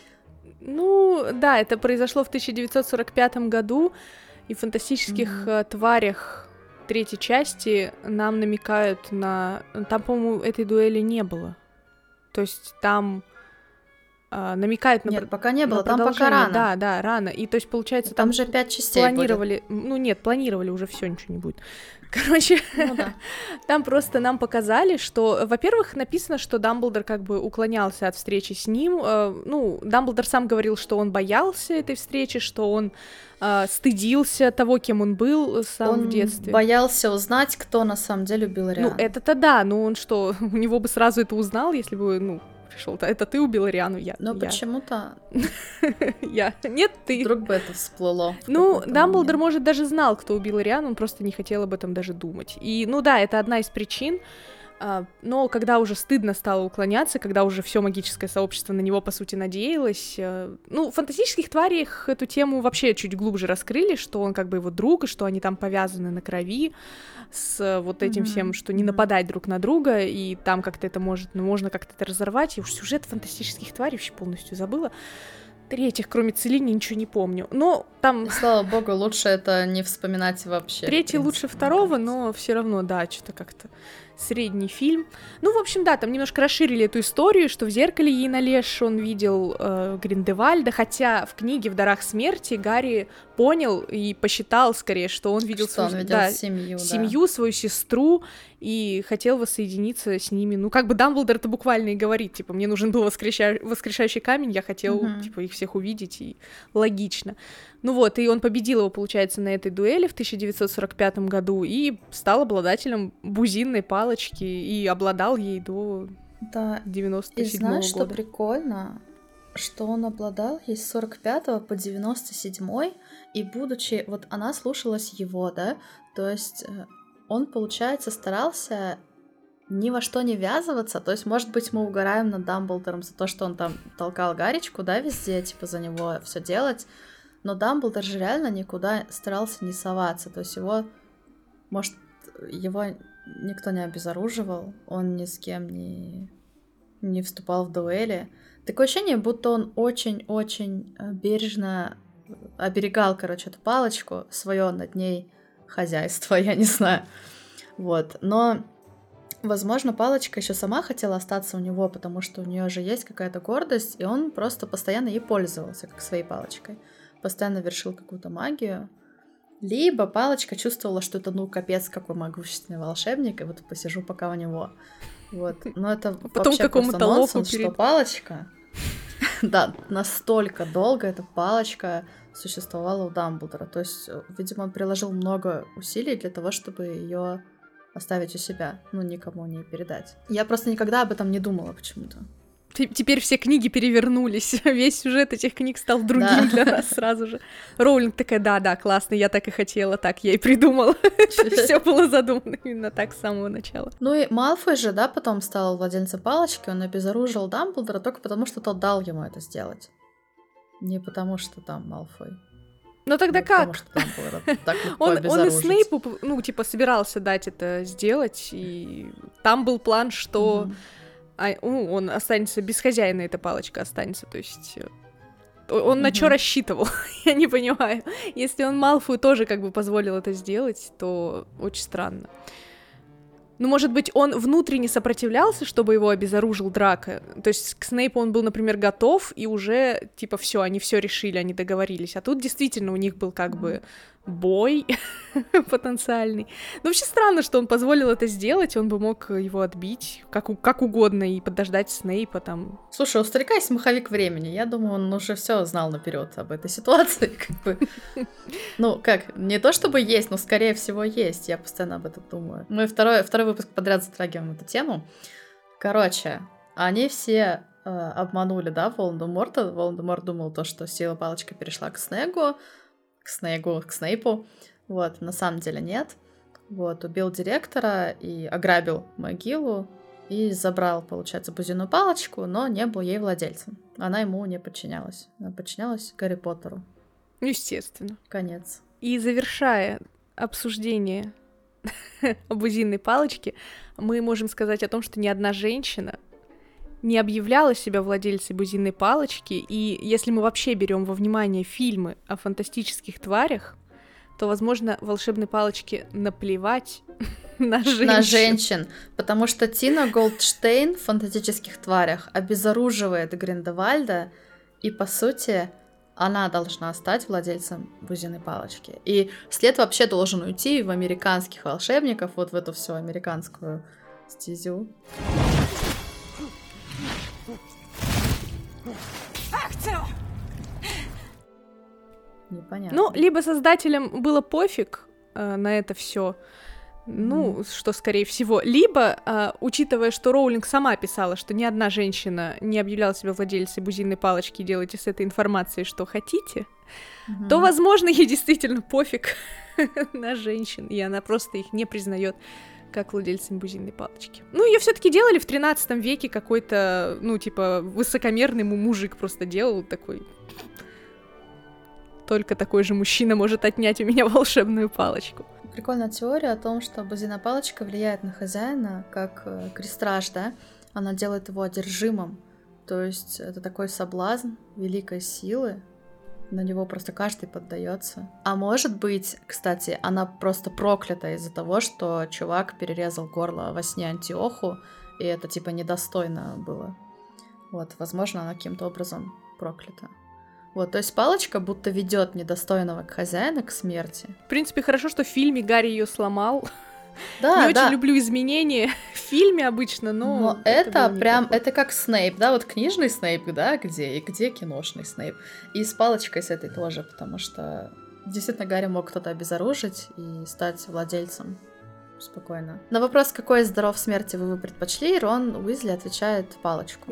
Ну, да, это произошло в 1945 году, и в «Фантастических тварях» третьей части нам намекают на... Там, по-моему, этой дуэли не было. То есть там... намекает на... Нет, пока не было, там пока рано. Да, рано. И то есть, получается, там же 5 частей планировали... Будет. Ну нет, планировали уже все, ничего не будет. Короче, ну, да. Там просто нам показали, что, во-первых, написано, что Дамблдор как бы уклонялся от встречи с ним. Ну, Дамблдор сам говорил, что он боялся этой встречи, что он стыдился того, кем он был сам в детстве. Он боялся узнать, кто на самом деле убил Риану. Ну, это-то да, но он что, у него бы сразу это узнал, если бы, ну, пришел, это ты убил Риану, я. Но почему-то... Я. Нет, ты. Вдруг бы это всплыло. Ну, Дамблдор, может, даже знал, кто убил Риану, он просто не хотел об этом даже думать. И, ну да, это одна из причин, но когда уже стыдно стало уклоняться, когда уже все магическое сообщество на него, по сути, надеялось... Ну, в «Фантастических тварях» эту тему вообще чуть глубже раскрыли, что он как бы его друг, и что они там повязаны на крови с вот этим всем, что не нападать друг на друга, и там как-то это может, ну, можно как-то это разорвать. Я уж сюжет «Фантастических тварей» вообще полностью забыла. Третьих, кроме Целини, ничего не помню. Но там... Слава богу, лучше это не вспоминать вообще. Третий лучше второго, но все равно, да, что-то как-то средний фильм. Ну, в общем, да, там немножко расширили эту историю, что в зеркале Ейналеш он видел Гриндевальда, хотя в книге «В дарах смерти» Гарри понял и посчитал, скорее, что он видел, что он видел семью, свою сестру, и хотел воссоединиться с ними. Ну, как бы Дамблдор это буквально и говорит, типа, мне нужен был воскрешающий камень, я хотел, типа, их всех увидеть, и логично. Ну вот, и он победил его, получается, на этой дуэли в 1945 году и стал обладателем бузинной палочки и обладал ей до 97-го года. И знаешь, что прикольно? что он обладал ей с 45 по 97, и будучи... Вот она слушалась его, да? То есть он, получается, старался ни во что не ввязываться. То есть, может быть, мы угораем над Дамблдором за то, что он там толкал Гаричку, да, везде, типа, за него все делать. Но Дамблдор же реально никуда старался не соваться. То есть его, может, его никто не обезоруживал, он ни с кем не вступал в дуэли. Такое ощущение, будто он очень-очень бережно оберегал, короче, эту палочку, свое над ней хозяйство, я не знаю. Вот, но, возможно, палочка еще сама хотела остаться у него, потому что у нее же есть какая-то гордость, и он просто постоянно ей пользовался, как своей палочкой. Постоянно вершил какую-то магию. Либо палочка чувствовала, что это, ну, капец, какой могущественный волшебник, и вот посижу пока у него. Вот. Но это потом вообще просто нонсенс, перед... что палочка... Да, настолько долго эта палочка существовала у Дамблдора. То есть, видимо, он приложил много усилий для того, чтобы ее оставить у себя, ну, никому не передать. Я просто никогда об этом не думала почему-то. Теперь все книги перевернулись, весь сюжет этих книг стал другим для нас сразу же. Роулинг такая, да, классно, я так и хотела, так я и придумала. Все было задумано именно так с самого начала. Ну и Малфой же, да, потом стал владельцем палочки, он обезоружил Дамблдора только потому, что тот дал ему это сделать. Не потому, что там Малфой. Ну тогда как? Потому что Дамблдора так легко Он и обезоружить. Снейпу, ну, типа, собирался дать это сделать, и там был план, что... он останется без хозяина, эта палочка останется, то есть он на что рассчитывал, я не понимаю. Если он Малфою тоже как бы позволил это сделать, то очень странно. Ну, может быть, он внутренне сопротивлялся, чтобы его обезоружил Драко. То есть к Снейпу он был, например, готов, и уже, типа, все, они все решили, они договорились. А тут действительно у них был как бы бой потенциальный. Но вообще странно, что он позволил это сделать, он бы мог его отбить как угодно и подождать Снейпа там. Слушай, у старика есть маховик времени. Я думаю, он уже все знал наперед об этой ситуации, как бы. Ну, как, не то чтобы есть, но скорее всего есть. Я постоянно об этом думаю. Мы второй выпуск подряд затрагиваем эту тему. Короче, они все обманули, да, Волан-де-Морта. Волан-де-Морт думал то, что сила палочки перешла к Снейпу. Вот, на самом деле нет. Вот, убил директора и ограбил могилу и забрал, получается, бузину палочку, но не был ей владельцем. Она ему не подчинялась. Она подчинялась Гарри Поттеру. Естественно. Конец. И завершая обсуждение о бузинной палочке, мы можем сказать о том, что ни одна женщина не объявляла себя владельцей бузинной палочки, и если мы вообще берем во внимание фильмы о фантастических тварях, то, возможно, волшебной палочке наплевать на женщин. На женщин, потому что Тина Голдштейн в «Фантастических тварях» обезоруживает Гриндевальда, и, по сути, она должна стать владельцем бузиной палочки. И след вообще должен уйти в американских волшебников, вот в эту всю американскую стезю. Непонятно. Ну, либо создателям было пофиг на это все, ну, что скорее всего, либо, учитывая, что Роулинг сама писала, что ни одна женщина не объявляла себя владельцей бузинной палочки, делайте с этой информацией что хотите, то, возможно, ей действительно пофиг на женщин, и она просто их не признает как владельцем бузинной палочки. Ну, ее все-таки делали в 13 веке, какой-то, ну, типа, высокомерный мужик просто делал такой... Только такой же мужчина может отнять у меня волшебную палочку. Прикольная теория о том, что бузинная палочка влияет на хозяина, как крестраж, да? Она делает его одержимым. То есть это такой соблазн великой силы. На него просто каждый поддается. А может быть, кстати, она просто проклята из-за того, что чувак перерезал горло во сне Антиоху, и это типа недостойно было. Вот, возможно, она каким-то образом проклята. Вот, то есть палочка будто ведет недостойного хозяина к смерти. В принципе, хорошо, что в фильме Гарри ее сломал. Да, не очень люблю изменения в фильме обычно, но это прям, это как Снейп, да, вот книжный Снейп, да, где киношный Снейп. И с палочкой с этой тоже, потому что действительно Гарри мог кто-то обезоружить и стать владельцем спокойно. На вопрос, какой из даров смерти вы предпочли, Рон Уизли отвечает палочку. Да.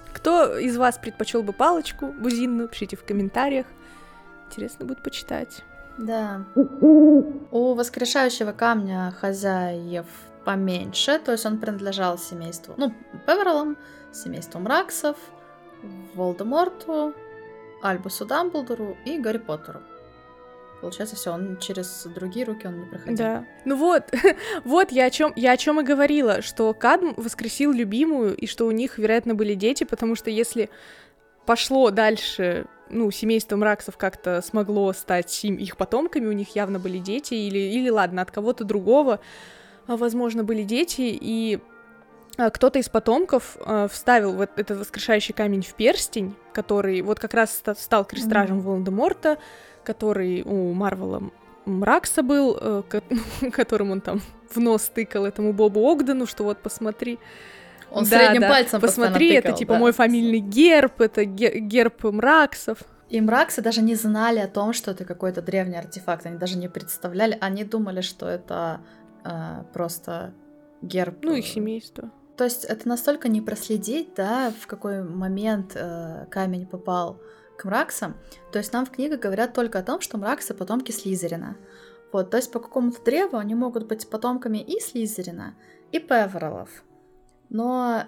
Кто из вас предпочел бы палочку бузинную, пишите в комментариях. Интересно будет почитать. Да. У воскрешающего камня хозяев поменьше, то есть он принадлежал семейству, Певерлам, семейству Мраксов, Волдеморту, Альбусу Дамблдору и Гарри Поттеру. Получается, все, он через другие руки он не проходил. Да. Ну вот я о чем и говорила, что Кадм воскресил любимую, и что у них, вероятно, были дети, потому что если пошло дальше, семейство Мраксов как-то смогло стать их потомками, у них явно были дети, или ладно, от кого-то другого, возможно, были дети, и кто-то из потомков вставил вот этот воскрешающий камень в перстень, который вот как раз стал крестражем Волан-де-Морта, который у Марвела Мракса был, которым он там в нос тыкал этому Бобу Огдену, что вот посмотри. Он средним пальцем посмотри, тыкал, это типа мой фамильный герб, это герб Мраксов. И Мраксы даже не знали о том, что это какой-то древний артефакт, они даже не представляли, они думали, что это просто герб. Их семейство. То есть это настолько не проследить, да, в какой момент камень попал к Мраксам. То есть нам в книгах говорят только о том, что Мраксы — потомки Слизерина. Вот, то есть по какому-то древу они могут быть потомками и Слизерина, и Певерлов. Но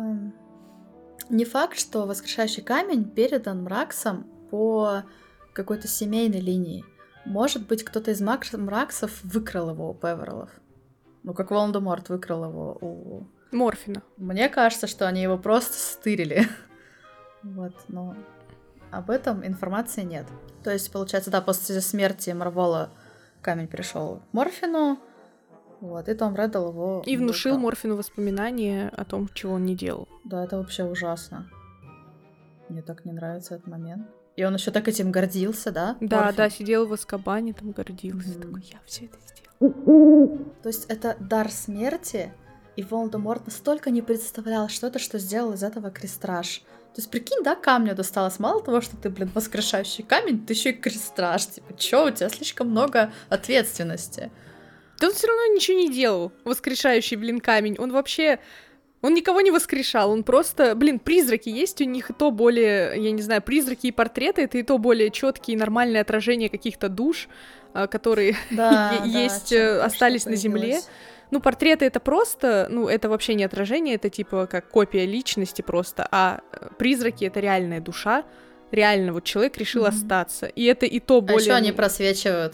не факт, что воскрешающий камень передан Мраксам по какой-то семейной линии. Может быть, кто-то из Мраксов выкрал его у Певерлов. Как Волан-де-Морт выкрал его у Морфина. Мне кажется, что они его просто стырили. Вот, но об этом информации нет. То есть, получается, да, после смерти Марвола камень перешел к Морфину, вот, и Том Реддл его... И внушил Морфину воспоминания о том, чего он не делал. Да, это вообще ужасно. Мне так не нравится этот момент. И он еще так этим гордился, да? Да, Морфин? да, сидел в Азкабане, там гордился. Такой, я все это сделал. То есть это дар смерти, и Волан-де-Морт настолько не представлял, что это, что сделал из этого крестраж. То есть, прикинь, да, камню досталось. Мало того, что ты, воскрешающий камень, ты еще и крестраж. Типа, чё, у тебя слишком много ответственности. Да он все равно ничего не делал, воскрешающий, камень. Он вообще... Он никого не воскрешал, он просто... призраки есть у них, и то более... Я не знаю, призраки и портреты — это и то более четкие, нормальные отражения каких-то душ, которые есть, остались на земле. Портреты — это просто... это вообще не отражение, это типа как копия личности просто, а призраки — это реальная душа, реально вот человек решил остаться. И это и то более... А еще они просвечивают.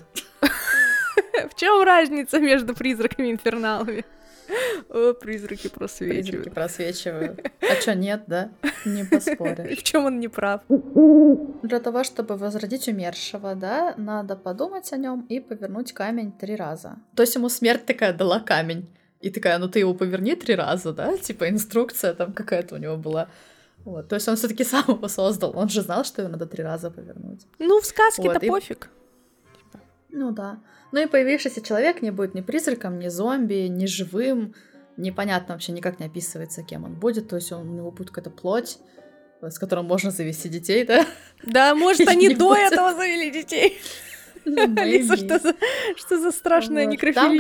В чем разница между призраками и инферналами? О, призраки просвечивают. Призраки просвечивают. А чё, нет, да? Не поспоришь. В чем он не прав? Для того, чтобы возродить умершего, да, надо подумать о нем и повернуть камень 3 раза. То есть ему смерть такая дала камень. И такая, ты его поверни 3 раза, да? Типа инструкция там какая-то у него была. Вот. То есть он все-таки сам его создал. Он же знал, что его надо 3 раза повернуть. В сказке-то пофиг. Да. И появившийся человек не будет ни призраком, ни зомби, ни живым. Непонятно вообще, никак не описывается, кем он будет. То есть у него будет какая-то плоть, с которой можно завести детей, да? Да, может, они до этого завели детей. Алиса, что за страшная некрофилия?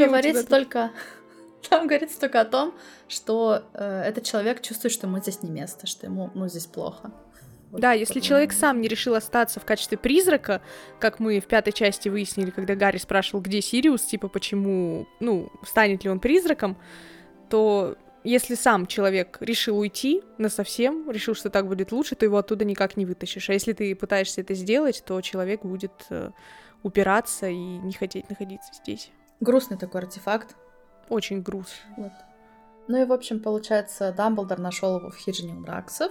Там говорится только о том, что этот человек чувствует, что ему здесь не место, что ему, здесь плохо. Да, если человек сам не решил остаться в качестве призрака, как мы в 5-й части выяснили, когда Гарри спрашивал, где Сириус, типа, почему, станет ли он призраком, то если сам человек решил уйти насовсем, решил, что так будет лучше, то его оттуда никак не вытащишь. А если ты пытаешься это сделать, то человек будет упираться и не хотеть находиться здесь. Грустный такой артефакт. Очень грустный. Вот. И, в общем, получается, Дамблдор нашел его в хижине у Мраксов.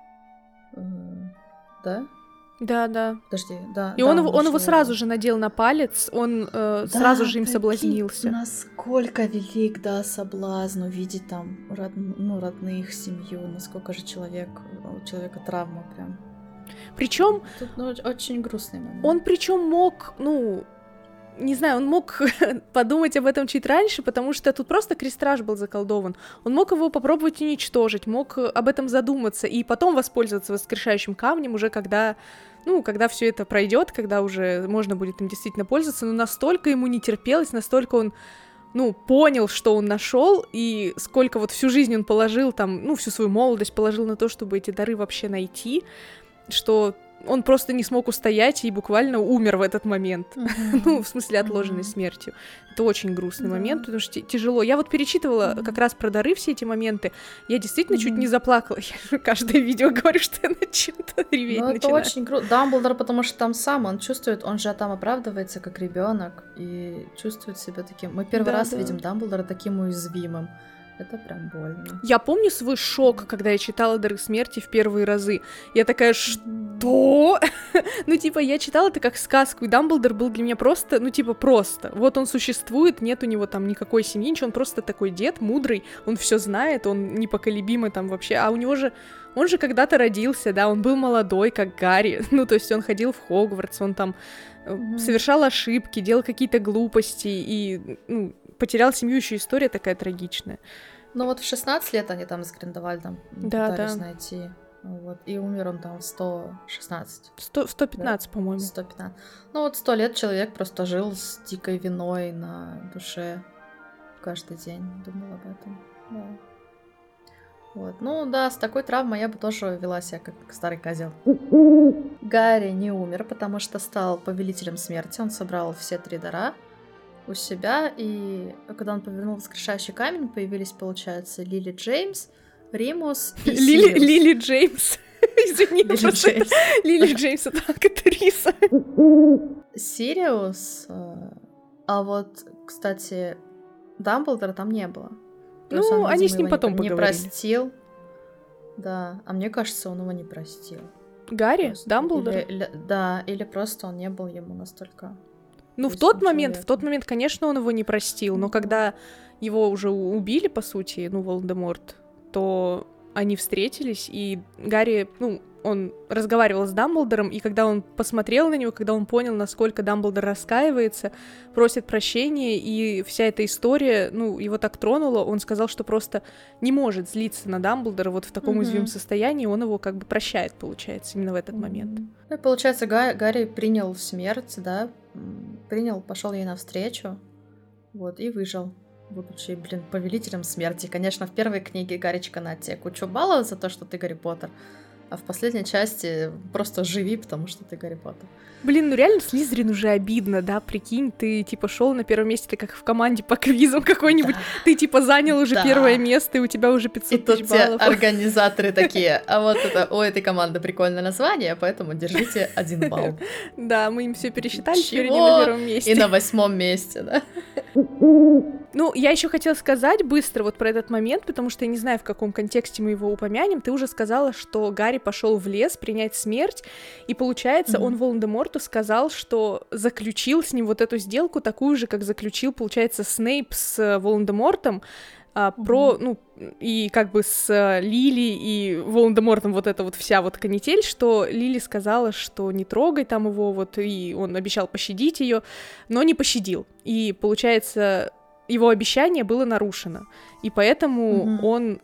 Да? Да. Подожди, да. И он его сразу же надел на палец, он сразу же им соблазнился. Насколько велик, да, соблазн увидеть там родных, семью, насколько же у человека травма прям. Причем тут очень грустный момент. Он причем мог, не знаю, он мог подумать об этом чуть раньше, потому что тут просто крестраж был заколдован. Он мог его попробовать уничтожить, мог об этом задуматься и потом воспользоваться воскрешающим камнем уже когда все это пройдет, когда уже можно будет им действительно пользоваться, но настолько ему не терпелось, настолько он понял, что он нашел, и сколько вот всю жизнь он положил там, всю свою молодость положил на то, чтобы эти дары вообще найти, что он просто не смог устоять и буквально умер в этот момент. В смысле, отложенной смертью. Это очень грустный момент, потому что тяжело. Я вот перечитывала как раз про дары все эти моменты. Я действительно чуть не заплакала. Я каждое видео говорю, что я начну реветь. Это очень круто. Дамблдор, потому что там сам он чувствует, он же там оправдывается как ребенок и чувствует себя таким. Мы первый раз видим Дамблдора таким уязвимым. Это прям больно. Я помню свой шок, когда я читала «Дары смерти» в первые разы. Я такая, что? Я читала это как сказку, и Дамблдор был для меня просто, просто. Вот он существует, нет у него там никакой семьи, ничего, он просто такой дед, мудрый, он все знает, он непоколебимый там вообще, а у него же, он же когда-то родился, да, он был молодой, как Гарри, то есть он ходил в Хогвартс, он там совершал ошибки, делал какие-то глупости и, потерял семью, еще история такая трагичная. В 16 лет они там скриндовали, там пытались найти. И умер он там в 116. 115, да? По-моему. 115. 100 лет человек просто жил с дикой виной на душе. Каждый день думал об этом. Да. С такой травмой я бы тоже вела себя как старый козел. Гарри не умер, потому что стал повелителем смерти. Он собрал все 3 дара у себя, и когда он повернул воскрешающий камень, появились, получается, Лили Джеймс, Римус и Сириус. Лили Джеймс. Извини, Лили Джеймс — это актриса. Сириус. А вот, кстати, Дамблдора там не было. Они с ним потом поговорили. Не простил. Да, а мне кажется, он его не простил. Гарри? Дамблдор? Или просто он не был ему настолько... в тот момент, конечно, он его не простил, но когда его уже убили, по сути, Волан-де-Морт, то они встретились, и Гарри, он разговаривал с Дамблдором, и когда он посмотрел на него, когда он понял, насколько Дамблдор раскаивается, просит прощения, и вся эта история, его так тронула, он сказал, что просто не может злиться на Дамблдора вот в таком уязвимом состоянии, он его как бы прощает, получается, именно в этот момент. И получается, Гарри принял смерть, да, пошел ей навстречу, и выжил, будучи, повелителем смерти. Конечно, в первой книге Гарричка на тебе кучу баллов за то, что ты Гарри Поттер, а в последней части просто живи, потому что ты Гарри Поттер. Реально Слизерин уже обидно, да, прикинь, ты, шел на первом месте, ты как в команде по квизам какой-нибудь, ты, занял уже первое место, и у тебя уже 500 тысяч баллов. И тут организаторы такие, а вот у этой команды прикольное название, поэтому держите 1 балл. Да, мы им все пересчитали, теперь они на первом месте. И на 8 месте, да. Я еще хотела сказать быстро вот про этот момент, потому что я не знаю, в каком контексте мы его упомянем. Ты уже сказала, что Гарри пошел в лес принять смерть, и получается, он Волан-де-Морту сказал, что заключил с ним вот эту сделку, такую же, как заключил, получается, Снейп с Волан-де-Мортом, и как бы с Лили и Волан-де-Мортом вот эта вот вся вот канитель, что Лили сказала, что не трогай там его, и он обещал пощадить ее, но не пощадил. И, получается, его обещание было нарушено, и поэтому он,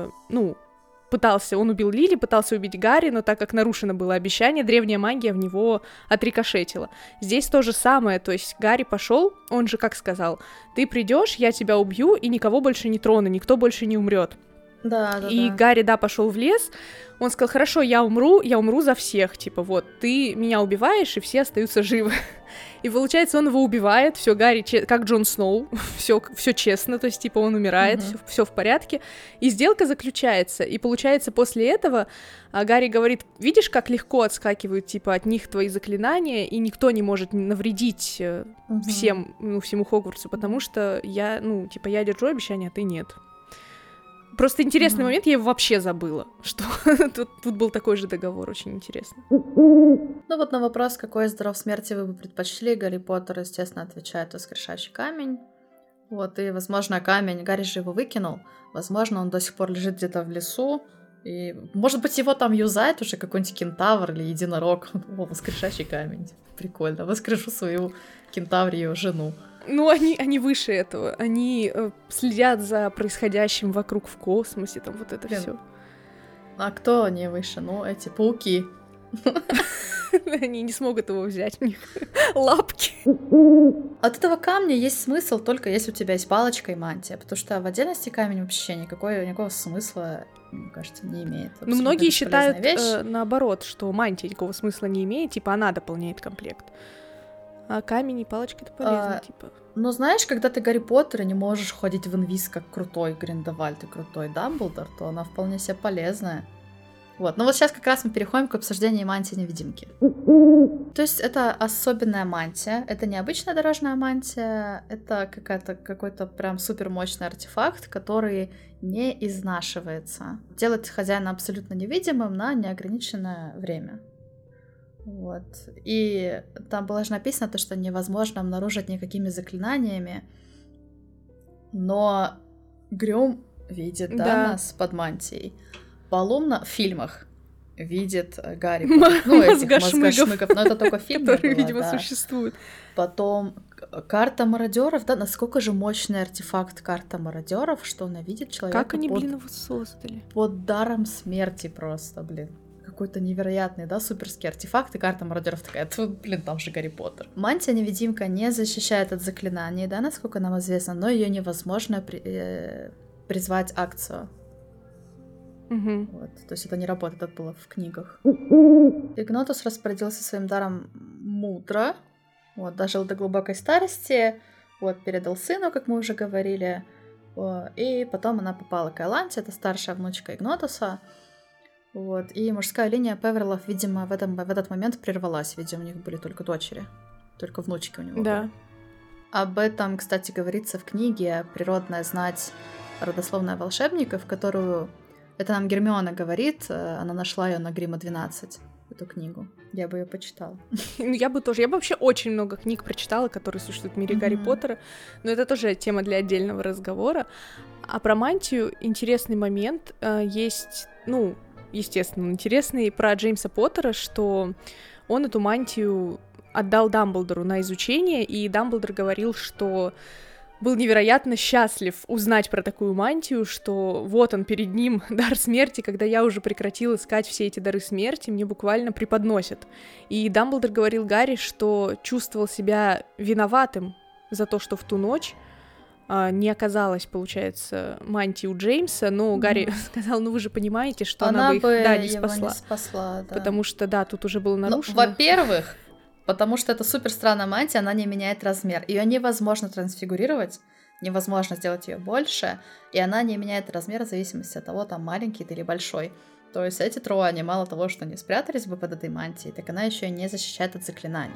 он убил Лили, пытался убить Гарри, но так как нарушено было обещание, древняя магия в него отрикошетила. Здесь то же самое, то есть Гарри пошел, он же как сказал, ты придешь, я тебя убью и никого больше не трону, никто больше не умрет. Да. Гарри, пошел в лес, он сказал, хорошо, я умру за всех, ты меня убиваешь, и все остаются живы. И получается, он его убивает, все, Гарри, как Джон Сноу, все честно, то есть, он умирает, все в порядке, и сделка заключается, и получается, после этого Гарри говорит, видишь, как легко отскакивают, от них твои заклинания, и никто не может навредить всему Хогвартсу, потому что я держу обещание, а ты нет. Просто интересный момент, я его вообще забыла, что тут был такой же договор, очень интересно. На вопрос, какой из даров смерти вы бы предпочли, Гарри Поттер, естественно, отвечает воскрешающий камень. И, возможно, камень, Гарри же его выкинул, возможно, он до сих пор лежит где-то в лесу, и, может быть, его там юзает уже какой-нибудь кентавр или единорог. Воскрешающий камень, прикольно, воскрешу свою кентаврию жену. Они выше этого. Они следят за происходящим вокруг в космосе, там вот это все. А кто они выше? Эти пауки. Они не смогут его взять, у них лапки. От этого камня есть смысл только если у тебя есть палочка и мантия, потому что в отдельности камень вообще никакого смысла, мне кажется, не имеет. Ну, многие считают наоборот, что мантия никакого смысла не имеет, типа она дополняет комплект. А камень и палочка — это полезно, типа. Ну, знаешь, когда ты Гарри Поттер и не можешь ходить в инвиз как крутой Гриндевальд и крутой Дамблдор, то она вполне себе полезная. Вот. Но вот сейчас как раз мы переходим к обсуждению мантии-невидимки. То есть это особенная мантия, это не обычная дорожная мантия, это какой-то прям супер мощный артефакт, который не изнашивается. Делает хозяина абсолютно невидимым на неограниченное время. Вот. И там было же написано то, что невозможно обнаружить никакими заклинаниями, но Грём видит, нас под мантией. Полумна в фильмах видит Гарри Поттер. Ну, этих мозгошмыгов, но это только фильмы, которые, видимо, существуют. Потом карта мародеров, да, насколько же мощный артефакт карта мародеров, что она видит человека. Как они, его создали? Под даром смерти просто, Какой-то невероятный, да, суперский артефакт, и карта мародеров такая, там же Гарри Поттер. Мантия-невидимка не защищает от заклинаний, да, насколько нам известно, но ее невозможно призвать акцию. Вот, то есть это не работает, это было в книгах. Игнотус распорядился своим даром мудро, вот, дожил до глубокой старости, вот, передал сыну, как мы уже говорили, и потом она попала к Айланте, это старшая внучка Игнотуса, вот, и мужская линия Певерлов, видимо, в этот момент прервалась, видимо, у них были только дочери, только внучки у него были. Об этом, кстати, говорится в книге «Природная знать. Родословная волшебников», которую, это нам Гермиона говорит, она нашла ее на Грима 12, эту книгу. Я бы ее почитала. Ну, я бы вообще очень много книг прочитала, которые существуют в мире Гарри Поттера, но это тоже тема для отдельного разговора. А про мантию интересный момент есть, естественно, интересный про Джеймса Поттера, что он эту мантию отдал Дамблдору на изучение, и Дамблдор говорил, что был невероятно счастлив узнать про такую мантию, что вот он перед ним, дар смерти, когда я уже прекратил искать все эти дары смерти, мне буквально преподносят. И Дамблдор говорил Гарри, что чувствовал себя виноватым за то, что в ту ночь не оказалось, получается, мантии у Джеймса, но Гарри сказал, вы же понимаете, что она бы их, не спасла. Не спасла, да. Потому что, тут уже было нарушено. Во-первых, потому что это супер странная мантия, она не меняет размер. Ее невозможно трансфигурировать, невозможно сделать ее больше, и она не меняет размер в зависимости от того, там маленький ты или большой. То есть эти трое, они мало того, что не спрятались бы под этой мантией, так она еще и не защищает от заклинаний.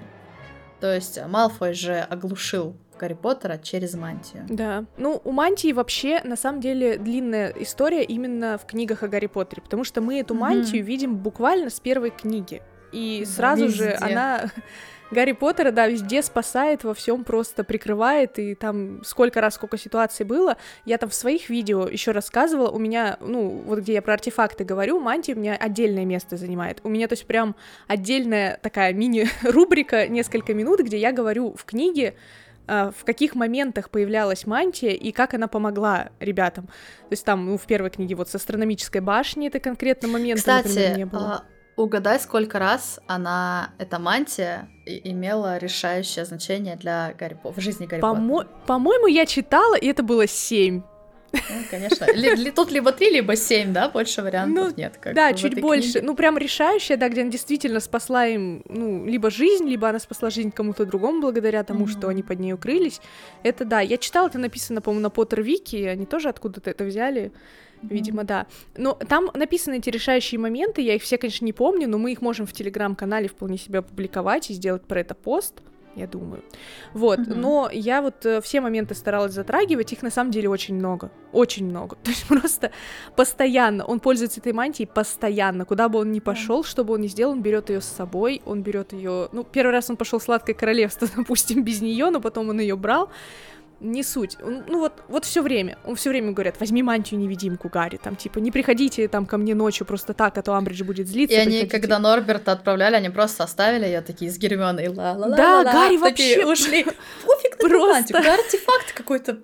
То есть Малфой же оглушил Гарри Поттера через мантию. Да. У мантии вообще, на самом деле, длинная история именно в книгах о Гарри Поттере, потому что мы эту мантию видим буквально с первой книги. И сразу же она Гарри Поттера, везде спасает, во всем просто прикрывает, и там сколько ситуаций было. Я там в своих видео еще рассказывала, у меня, вот где я про артефакты говорю, мантия у меня отдельное место занимает. У меня, то есть, прям отдельная такая мини-рубрика, несколько минут, где я говорю в книге, в каких моментах появлялась мантия и как она помогла ребятам. То есть там, в первой книге вот с астрономической башни это конкретно момент, например, не было. Угадай, сколько раз эта мантия имела решающее значение для в жизни Гарри Поттера. По-моему, я читала, и это было 7. Конечно. Тут либо 3, либо 7, да? Больше вариантов нет. Чуть больше. Книге. Прям решающая, где она действительно спасла им, либо жизнь, либо она спасла жизнь кому-то другому благодаря тому, что они под ней укрылись. Это да. Я читала, это написано, по-моему, на Поттер Вики, они тоже откуда-то это взяли. Видимо, да. Но там написаны эти решающие моменты, я их все, конечно, не помню, но мы их можем в Телеграм-канале вполне себе опубликовать и сделать про это пост, я думаю. Вот, но я вот все моменты старалась затрагивать, их на самом деле очень много. То есть просто постоянно, он пользуется этой мантией постоянно, куда бы он ни пошел, что бы он ни сделал, он берет ее с собой, он берет ее. Первый раз он пошел в Сладкое Королевство, допустим, без нее, но потом он ее брал. Не суть. Вот все время. Он все время говорят, возьми мантию-невидимку, Гарри, там, типа, не приходите там ко мне ночью просто так, а то Амбридж будет злиться. И они, когда Норберта отправляли, они просто оставили ее такие с Гермионой. Да, Гарри вообще ушли. Пофиг на мантию, это артефакт какой-то.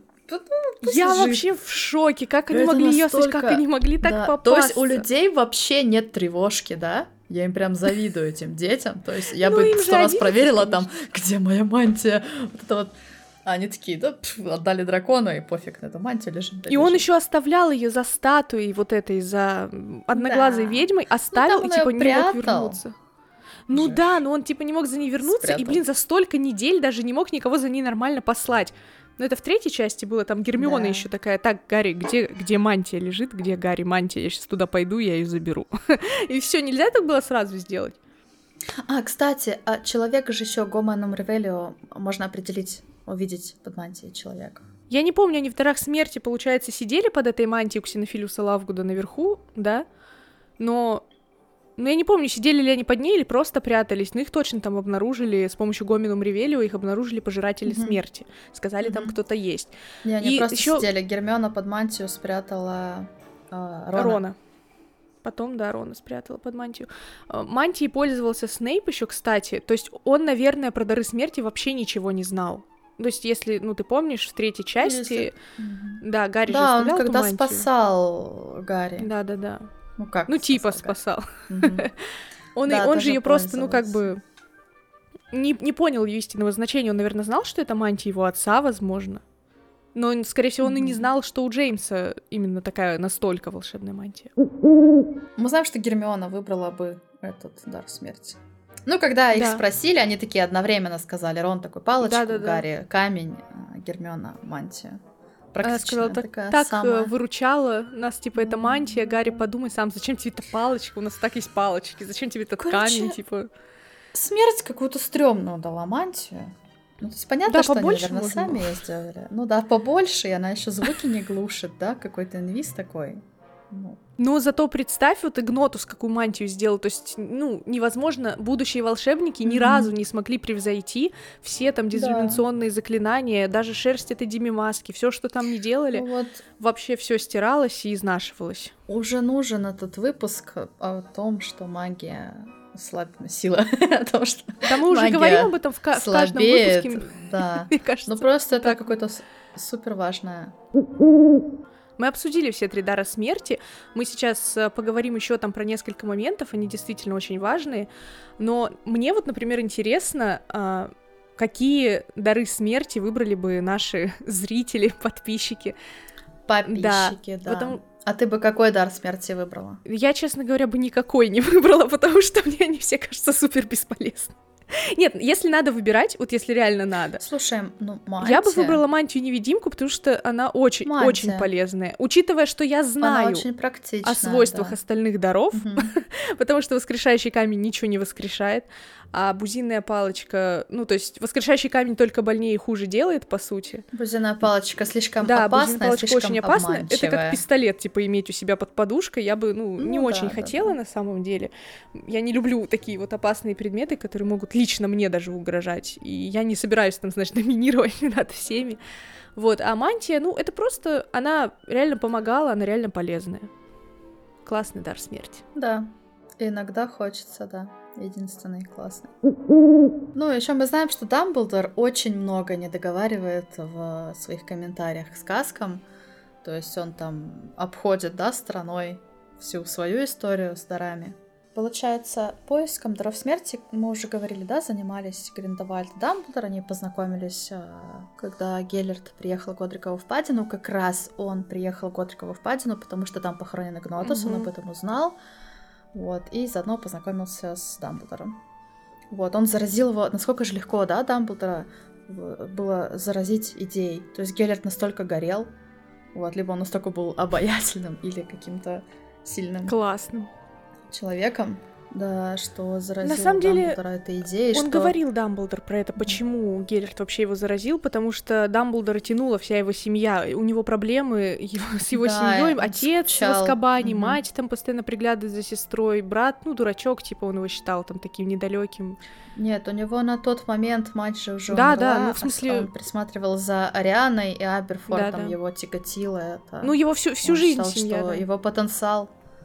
Я вообще в шоке, как они могли ее слышать, как они могли так попасться. То есть у людей вообще нет тревожки, да? Я им прям завидую, этим детям. То есть я Ну, бы им же 100 раз 11, проверила там, конечно. где моя мантия. Вот это вот. А они такие, да, отдали дракону, и пофиг на эту мантию, лежит. И он еще оставлял ее за статуей вот этой, за одноглазой Да. ведьмой, оставил там и он типа её не мог прятал. вернуться. Ну Жесть. да, но он типа не мог за ней вернуться, и, Спрятал. блин, за столько недель даже не мог никого за ней нормально послать. Но это в третьей части было, там Гермиона Да. еще такая: так, Гарри, где мантия лежит, где Гарри мантия, я сейчас туда пойду, я ее заберу. И все, нельзя так было сразу сделать. А, кстати, человека же еще Гомоном Ревелио можно определить, увидеть под мантией человека. Я не помню, они в Дарах Смерти, получается, сидели под этой мантией у Ксенофилиуса Лавгуда наверху, да? Но я не помню, сидели ли они под ней или просто прятались, но их точно там обнаружили с помощью Гоминум Ревелио, их обнаружили пожиратели смерти. Сказали, там кто-то есть. Не, они И просто ещё сидели. Гермиона под мантию спрятала Рона. Потом, да, Рона спрятала под мантию. Мантией пользовался Снейп еще, кстати. То есть он, наверное, про дары смерти вообще ничего не знал. То есть, если, ты помнишь, в третьей части, да, Гарри же Да, он оставлял когда эту мантию. спасал Гарри. Да. Ну как? Типа Гарри? спасал. Мгм. Он Да, же тоже ее просто, пользовался. не понял ее истинного значения. Он, наверное, знал, что это мантия его отца, возможно. Но, скорее всего, он и не знал, что у Джеймса именно такая настолько волшебная мантия. Мы знаем, что Гермиона выбрала бы этот дар смерти. Ну, когда их Да. спросили, они такие одновременно сказали. Рон такой палочку, Да-да-да. Гарри камень, Гермиона мантию. Она сказала, такая так самая. выручала нас, типа, эта мантия. Гарри, подумай сам, зачем тебе эта палочка? У нас так есть палочки. Зачем тебе этот Короче, камень, типа? Смерть какую-то стрёмную дала мантию. Ну, то есть понятно, Да, что они, побольше наверное, можно сами было. ее сделали. Ну да, побольше, и она еще звуки не глушит, да, какой-то инвиз такой. Ну, Но зато представь, вот Игнотус какую мантию сделал. То есть, невозможно, будущие волшебники ни разу не смогли превзойти все там дезиллюминационные заклинания, даже шерсть этой Дими-маски, все, что там не делали, ну вот вообще все стиралось и изнашивалось. уже нужен этот выпуск о том, что магия слабит сила, о том, что Да мы уже магия говорим об этом в каждом слабеет, выпуске. да. Мне кажется. Ну просто это какое-то супер важное. Мы обсудили все 3 дара смерти. Мы сейчас поговорим еще там про несколько моментов, они действительно очень важные. Но мне вот, например, интересно, какие дары смерти выбрали бы наши зрители, подписчики. Подписчики, да. А ты бы какой дар смерти выбрала? Я, честно говоря, бы никакой не выбрала, потому что мне они все кажутся супер бесполезны. Нет, если надо выбирать, вот если реально надо. Слушай, мантия. Я бы выбрала мантию-невидимку, потому что она очень полезная. Учитывая, что я знаю очень практичная, о свойствах да. остальных даров, потому что воскрешающий камень ничего не воскрешает, а бузинная палочка, то есть воскрешающий камень только больнее и хуже делает, по сути. Бузинная палочка слишком Да, опасная, бузинная палочка слишком очень опасная. Это как обманчивая. пистолет, типа, иметь у себя под подушкой. Я бы, не очень хотела на самом деле. Я не люблю такие вот опасные предметы, которые могут лично мне даже угрожать. И я не собираюсь там, значит, доминировать над всеми. Вот, а мантия, это просто, она реально помогала, она реально полезная. Классный дар смерти. Да, иногда хочется, да. Единственный классный. Ну, еще мы знаем, что Дамблдор очень много не договаривает в своих комментариях к сказкам. То есть он там обходит, да, стороной всю свою историю с дарами. Получается, поиском даров смерти, мы уже говорили, да, занимались Гриндевальд и Дамблдор. Они познакомились, когда Геллерт приехал в Годрикову впадину. Как раз он приехал в Годрикову впадину, потому что там похоронен Игнотус, он об этом узнал. Вот, и заодно познакомился с Дамблдором. Вот, он заразил его... Насколько же легко, да, Дамблдора было заразить идеей. То есть Геллерт настолько горел, вот, либо он настолько был обаятельным или каким-то сильным Классным человеком, да, что заразил на самом деле, Дамблдора этой идеей. Он говорил, Дамблдор, про это, почему Геллерт вообще его заразил, потому что Дамблдора тянула вся его семья, у него проблемы с его семьей, отец в Азкабане, мать там постоянно приглядывает за сестрой, брат, дурачок, типа он его считал там таким недалеким. Нет, у него на тот момент мать же уже умерла, да, в смысле... он присматривал за Арианой, и Аберфортом его тяготило это. Его всю жизнь считал, семья, что его потенциал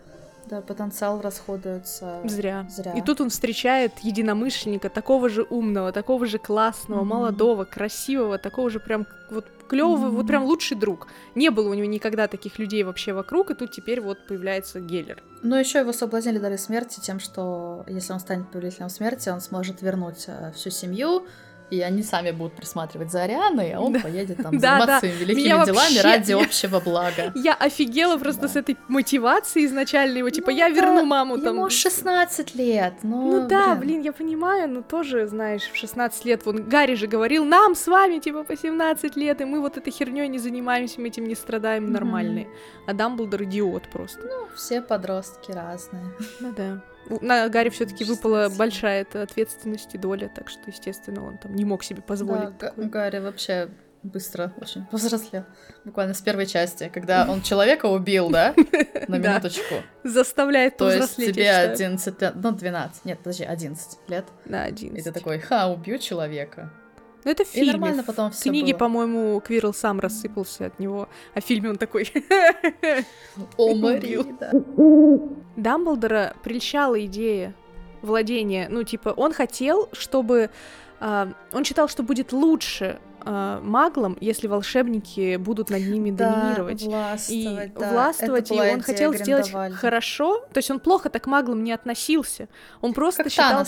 Да, потенциал расходуется Зря. зря. И тут он встречает единомышленника, такого же умного, такого же классного, молодого, красивого, такого же прям вот клёвого, вот прям лучший друг. Не было у него никогда таких людей вообще вокруг, и тут теперь вот появляется Геллер. Но еще его соблазнили Дары Смерти тем, что если он станет повелителем смерти, он сможет вернуть всю семью, и они сами будут присматривать за Арианой, а он поедет там заниматься своими великими делами ради общего блага. Я офигела просто с этой мотивацией изначально его, типа, я верну маму там. Ему 16 лет, Ну да, блин, я понимаю, но тоже, знаешь, в 16 лет, вон Гарри же говорил, нам с вами, типа, по 17 лет, и мы вот этой херней не занимаемся, мы этим не страдаем, нормальные. А Дамблдор идиот просто. Ну, все подростки разные. Ну да. На Гарри все-таки выпала большая эта ответственность и доля, так что, естественно, он там не мог себе позволить. Да, Гарри вообще быстро очень повзрослел. Буквально с первой части, когда он человека убил, да? На минуточку. Заставляет повзрослеть. То есть тебе 11 лет, ну 12, нет, подожди, 11 лет. Да, 11. И ты такой, убью человека. Ну, это в фильме. И нормально потом в всё книге, было. по-моему, Квирл сам рассыпался от него, а в фильме он такой... О, Мари, да. Дамблдора прельщала идея владения, ну, типа, он хотел, чтобы... он считал, что будет лучше маглам, если волшебники будут над ними доминировать. Властвовать, и он хотел сделать хорошо, то есть он плохо так к маглам не относился, он просто считал...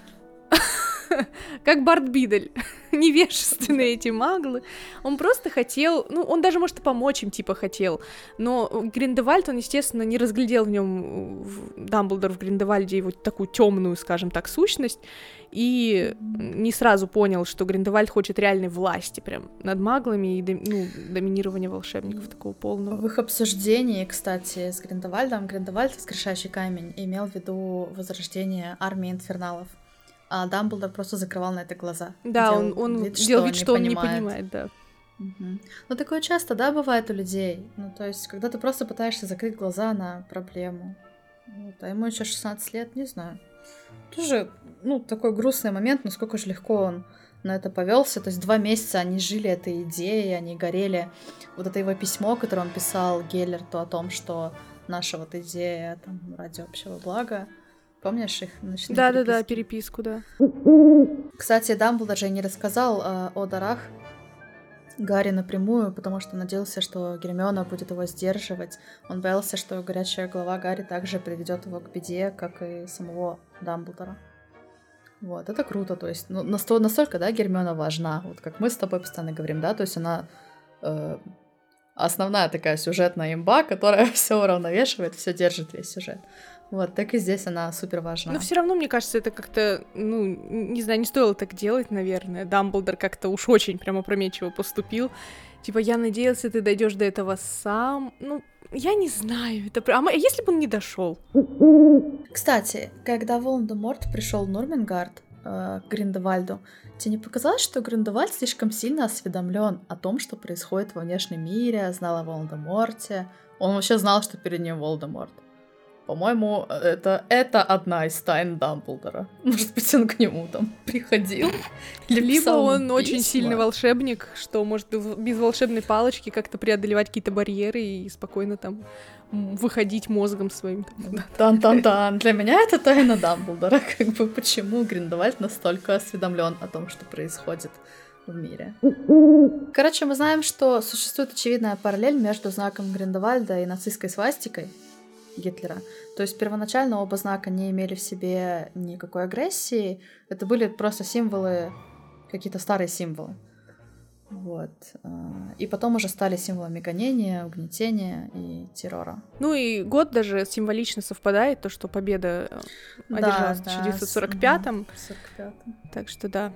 Как Барт Бидель, невежественные эти маглы. Он просто хотел, ну, он даже, может, и помочь им, типа, хотел. Но Гриндевальд, он, естественно, не разглядел в нем, Дамблдор в Гриндевальде, его такую темную, скажем так, сущность, и не сразу понял, что Гриндевальд хочет реальной власти прям над маглами и доминирования волшебников такого полного. В их обсуждении, кстати, с Гриндевальдом, Гриндевальд, воскрешающий камень, имел в виду возрождение армии инферналов. А Дамблдор просто закрывал на это глаза. Да, он делал вид, что он не понимает, да. Ну, такое часто, да, бывает у людей. Ну, то есть, когда ты просто пытаешься закрыть глаза на проблему. Вот, а ему еще 16 лет, не знаю. Тоже, ну, такой грустный момент, насколько же легко он на это повелся. То есть 2 месяца они жили этой идеей, они горели. Вот это его письмо, которое он писал Геллерту о том, что наша вот идея там ради общего блага. Помнишь их ночные переписки? Да, переписку, да. Кстати, Дамблдор же не рассказал о дарах Гарри напрямую, потому что надеялся, что Гермиона будет его сдерживать. Он боялся, что горячая голова Гарри также приведет его к беде, как и самого Дамблдора. Вот, это круто, то есть настолько, да, Гермиона важна, вот как мы с тобой постоянно говорим, да, то есть она основная такая сюжетная имба, которая все уравновешивает, все держит весь сюжет. Вот, так и здесь она супер важна. Но все равно, мне кажется, это как-то, ну, не знаю, не стоило так делать, наверное. Дамблдор как-то уж очень прям опрометчиво поступил. Типа, я надеялся, ты дойдешь до этого сам. Ну, я не знаю. А если бы он не дошел? Кстати, когда Волан-де-Морт пришел в Нурмингард к Гриндевальду, тебе не показалось, что Гриндевальд слишком сильно осведомлен о том, что происходит во внешнем мире, знал о Волан-де-Морте? Он вообще знал, что перед ним Волан-де-Морт. По-моему, это одна из тайн Дамблдора. Может быть, он к нему там приходил. Либо он очень сильный волшебник, что может без волшебной палочки как-то преодолевать какие-то барьеры и спокойно там выходить мозгом своим. Тан-тан-тан. Для меня это тайна Дамблдора. Как бы почему Гриндевальд настолько осведомлен о том, что происходит в мире. Короче, мы знаем, что существует очевидная параллель между знаком Гриндевальда и нацистской свастикой Гитлера. То есть первоначально оба знака не имели в себе никакой агрессии. Это были просто символы, какие-то старые символы. Вот. И потом уже стали символами гонения, угнетения и террора. Ну и год даже символично совпадает, то, что победа одержалась в 1945-м. Так что да.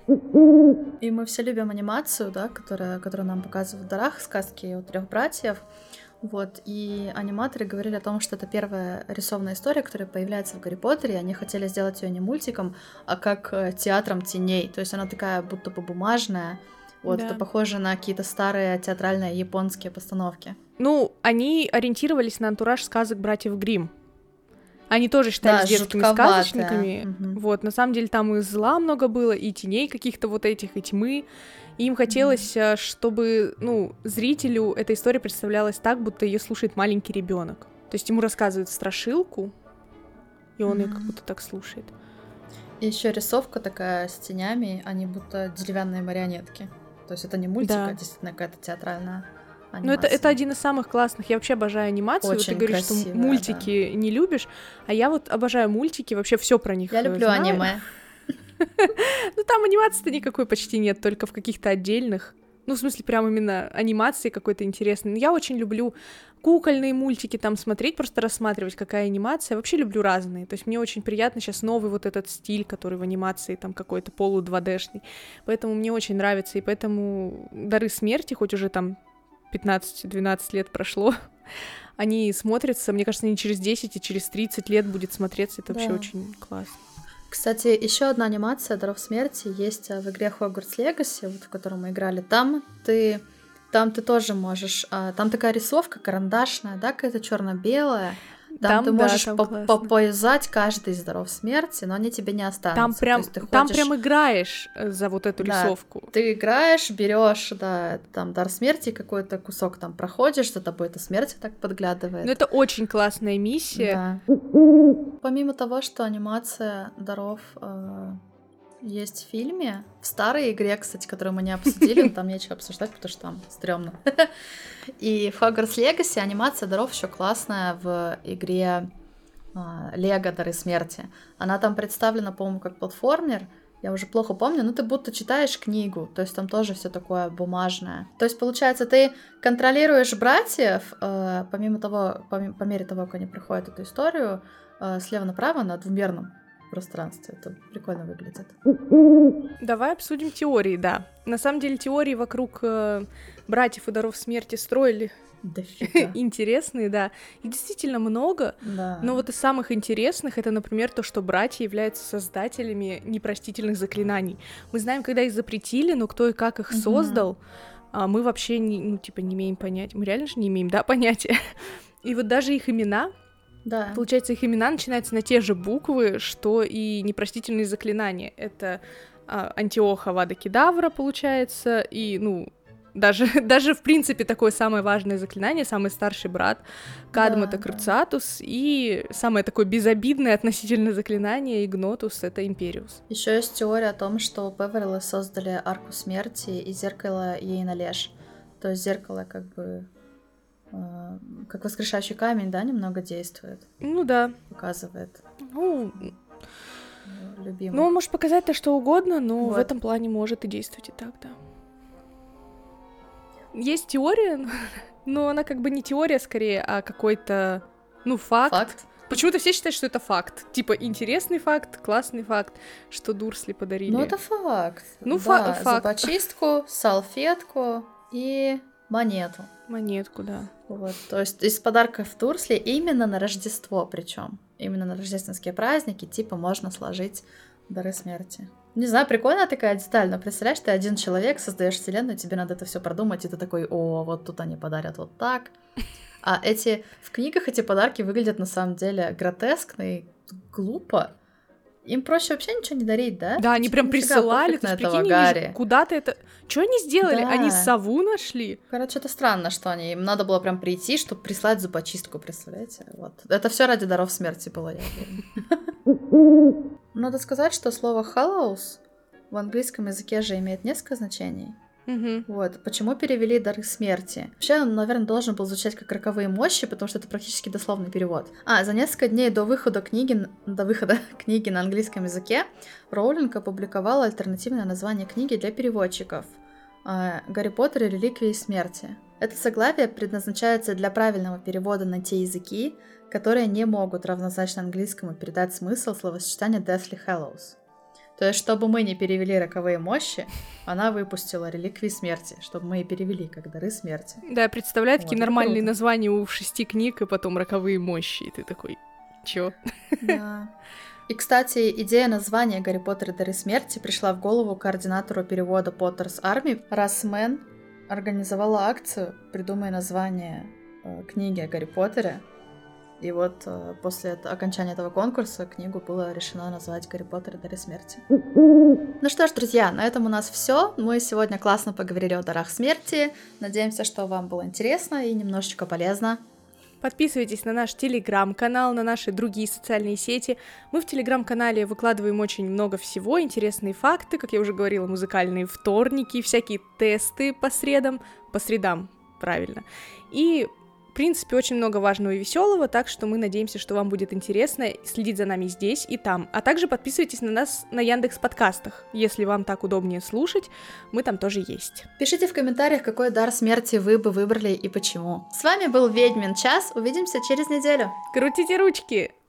И мы все любим анимацию, да, которую нам показывают в дарах, сказки о 3 братьев. Вот, и аниматоры говорили о том, что это первая рисованная история, которая появляется в Гарри Поттере, и они хотели сделать ее не мультиком, а как театром теней, то есть она такая будто бы бумажная, вот, это похоже на какие-то старые театральные японские постановки. Ну, они ориентировались на антураж сказок братьев Гримм. Они тоже считались детскими сказочниками. Вот, на самом деле там и зла много было, и теней каких-то вот этих, и тьмы. И им хотелось, чтобы, ну, зрителю эта история представлялась так, будто ее слушает маленький ребенок. То есть ему рассказывают страшилку, и он ее как будто так слушает. И еще рисовка такая с тенями, они будто деревянные марионетки. То есть это не мультик, Да. а действительно какая-то театральная Ну, анимация. это один из самых классных. Я вообще обожаю анимацию. Вот ты Очень говоришь, что красивая, мультики не любишь, а я вот обожаю мультики, вообще все про них Я люблю знаю. аниме. Ну, там анимации-то никакой почти нет, только в каких-то отдельных. Ну, в смысле, прям именно анимации какой-то интересной. Но я очень люблю кукольные мультики там смотреть, просто рассматривать, какая анимация. Вообще люблю разные. То есть мне очень приятно сейчас новый вот этот стиль, который в анимации там какой-то полу-2D-шный. Поэтому мне очень нравится. И поэтому «Дары смерти», хоть уже там 15-12 лет прошло, они смотрятся, мне кажется, не через 10, а через 30 лет будет смотреться. Это вообще Да. очень классно. Кстати, еще одна анимация «Даров смерти» есть в игре Hogwarts Legacy, вот в которой мы играли. Там ты тоже можешь... Там такая рисовка карандашная, да, какая-то черно-белая. Там ты да, можешь там классно. повязать каждый из даров смерти, но они тебе не останутся. Там прям, То есть ты там ходишь- прям играешь за вот эту Да. рисовку. Ты играешь, берешь, да, там дар смерти, какой-то кусок там проходишь, за тобой эта смерть так подглядывает. Ну, это очень классная миссия. Да. Помимо того, что анимация даров есть в фильме, в старой игре, кстати, которую мы не обсудили, там нечего обсуждать, потому что там стрёмно. И в Hogwarts Legacy анимация даров еще классная в игре Лего Дары смерти. Она там представлена, по-моему, как платформер. Я уже плохо помню, но ты будто читаешь книгу, то есть там тоже все такое бумажное. То есть, получается, ты контролируешь братьев, помимо того, по мере того, как они проходят эту историю, слева направо на двумерном пространстве. Это прикольно выглядит. Давай обсудим теории, да. На самом деле теории вокруг братьев и даров смерти строили Дофига. интересные, да. И действительно много. Да. Но вот из самых интересных это, например, то, что братья являются создателями непростительных заклинаний. Мы знаем, когда их запретили, но кто и как их создал, мы вообще не имеем понятия. Мы реально же не имеем, да, понятия. И вот даже их имена, Да. получается, их имена начинаются на те же буквы, что и непростительные заклинания. Это Антиох Авада Кедавра, получается, и, даже в принципе такое самое важное заклинание, самый старший брат Кадмата Да. Круцатус, и самое такое безобидное относительно заклинание Игнотус — это Империус. Еще есть теория о том, что Певерлы создали арку смерти и зеркало ей належь. То есть зеркало как бы как воскрешающий камень, да, немного действует, Ну да. показывает Ну, любимый. он может показать-то что угодно, но в Вот. этом плане может и действовать и так, да. Есть теория, но она как бы не теория скорее, а какой-то, факт. Факт. Почему-то все считают, что это факт. Типа интересный факт, классный факт, что Дурсли подарили. Ну, это факт. Ну, Да, факт. зубочистку, салфетку и монету. Монетку, да. Вот. То есть из подарков Дурсли именно на Рождество, причем именно на рождественские праздники, типа можно сложить дары смерти. Не знаю, прикольная такая деталь, но представляешь, ты один человек, создаешь вселенную, тебе надо это все продумать, и ты такой: о, вот тут они подарят вот так. А в книгах эти подарки выглядят на самом деле гротескно и глупо. Им проще вообще ничего не дарить, да? Да, они Типа, прям нифига присылали, пофиг ты на ж этого прикинь, Гарри. куда-то это... Что они сделали? Да. Они сову нашли? Короче, это странно, что им надо было прям прийти, чтобы прислать зубочистку, представляете? Вот. Это все ради даров смерти было, я уверена. Надо сказать, что слово «hallows» в английском языке же имеет несколько значений. Угу. Вот. Почему перевели «дары смерти»? Вообще, он, наверное, должен был звучать как «роковые мощи», потому что это практически дословный перевод. За несколько дней до выхода книги на английском языке Роулинг опубликовала альтернативное название книги для переводчиков «Гарри Поттер и реликвии смерти». Это заглавие предназначается для правильного перевода на те языки, которые не могут равнозначно английскому передать смысл словосочетания Deathly Hallows. То есть, чтобы мы не перевели «роковые мощи», она выпустила «реликвии смерти», чтобы мы и перевели как «дары смерти». Да, я представляю, такие Вот, это нормальные круто. названия у 6 книг, и потом роковые мощи, и ты такой, чё? Да. И, кстати, идея названия «Гарри Поттер и дары смерти» пришла в голову координатору перевода Potter's Army. Раз Мэн организовала акцию «Придумай название книги о Гарри Поттере». И вот после окончания этого конкурса книгу было решено назвать «Гарри Поттер и дары смерти». Ну что ж, друзья, на этом у нас все. Мы сегодня классно поговорили о дарах смерти. Надеемся, что вам было интересно и немножечко полезно. Подписывайтесь на наш телеграм-канал, на наши другие социальные сети. Мы в телеграм-канале выкладываем очень много всего, интересные факты, как я уже говорила, музыкальные вторники, всякие тесты по средам, правильно. И, в принципе, очень много важного и веселого, так что мы надеемся, что вам будет интересно следить за нами здесь и там. А также подписывайтесь на нас на Яндекс.Подкастах. Если вам так удобнее слушать, мы там тоже есть. Пишите в комментариях, какой дар смерти вы бы выбрали и почему. С вами был Ведьмин час. Увидимся через неделю. Крутите ручки!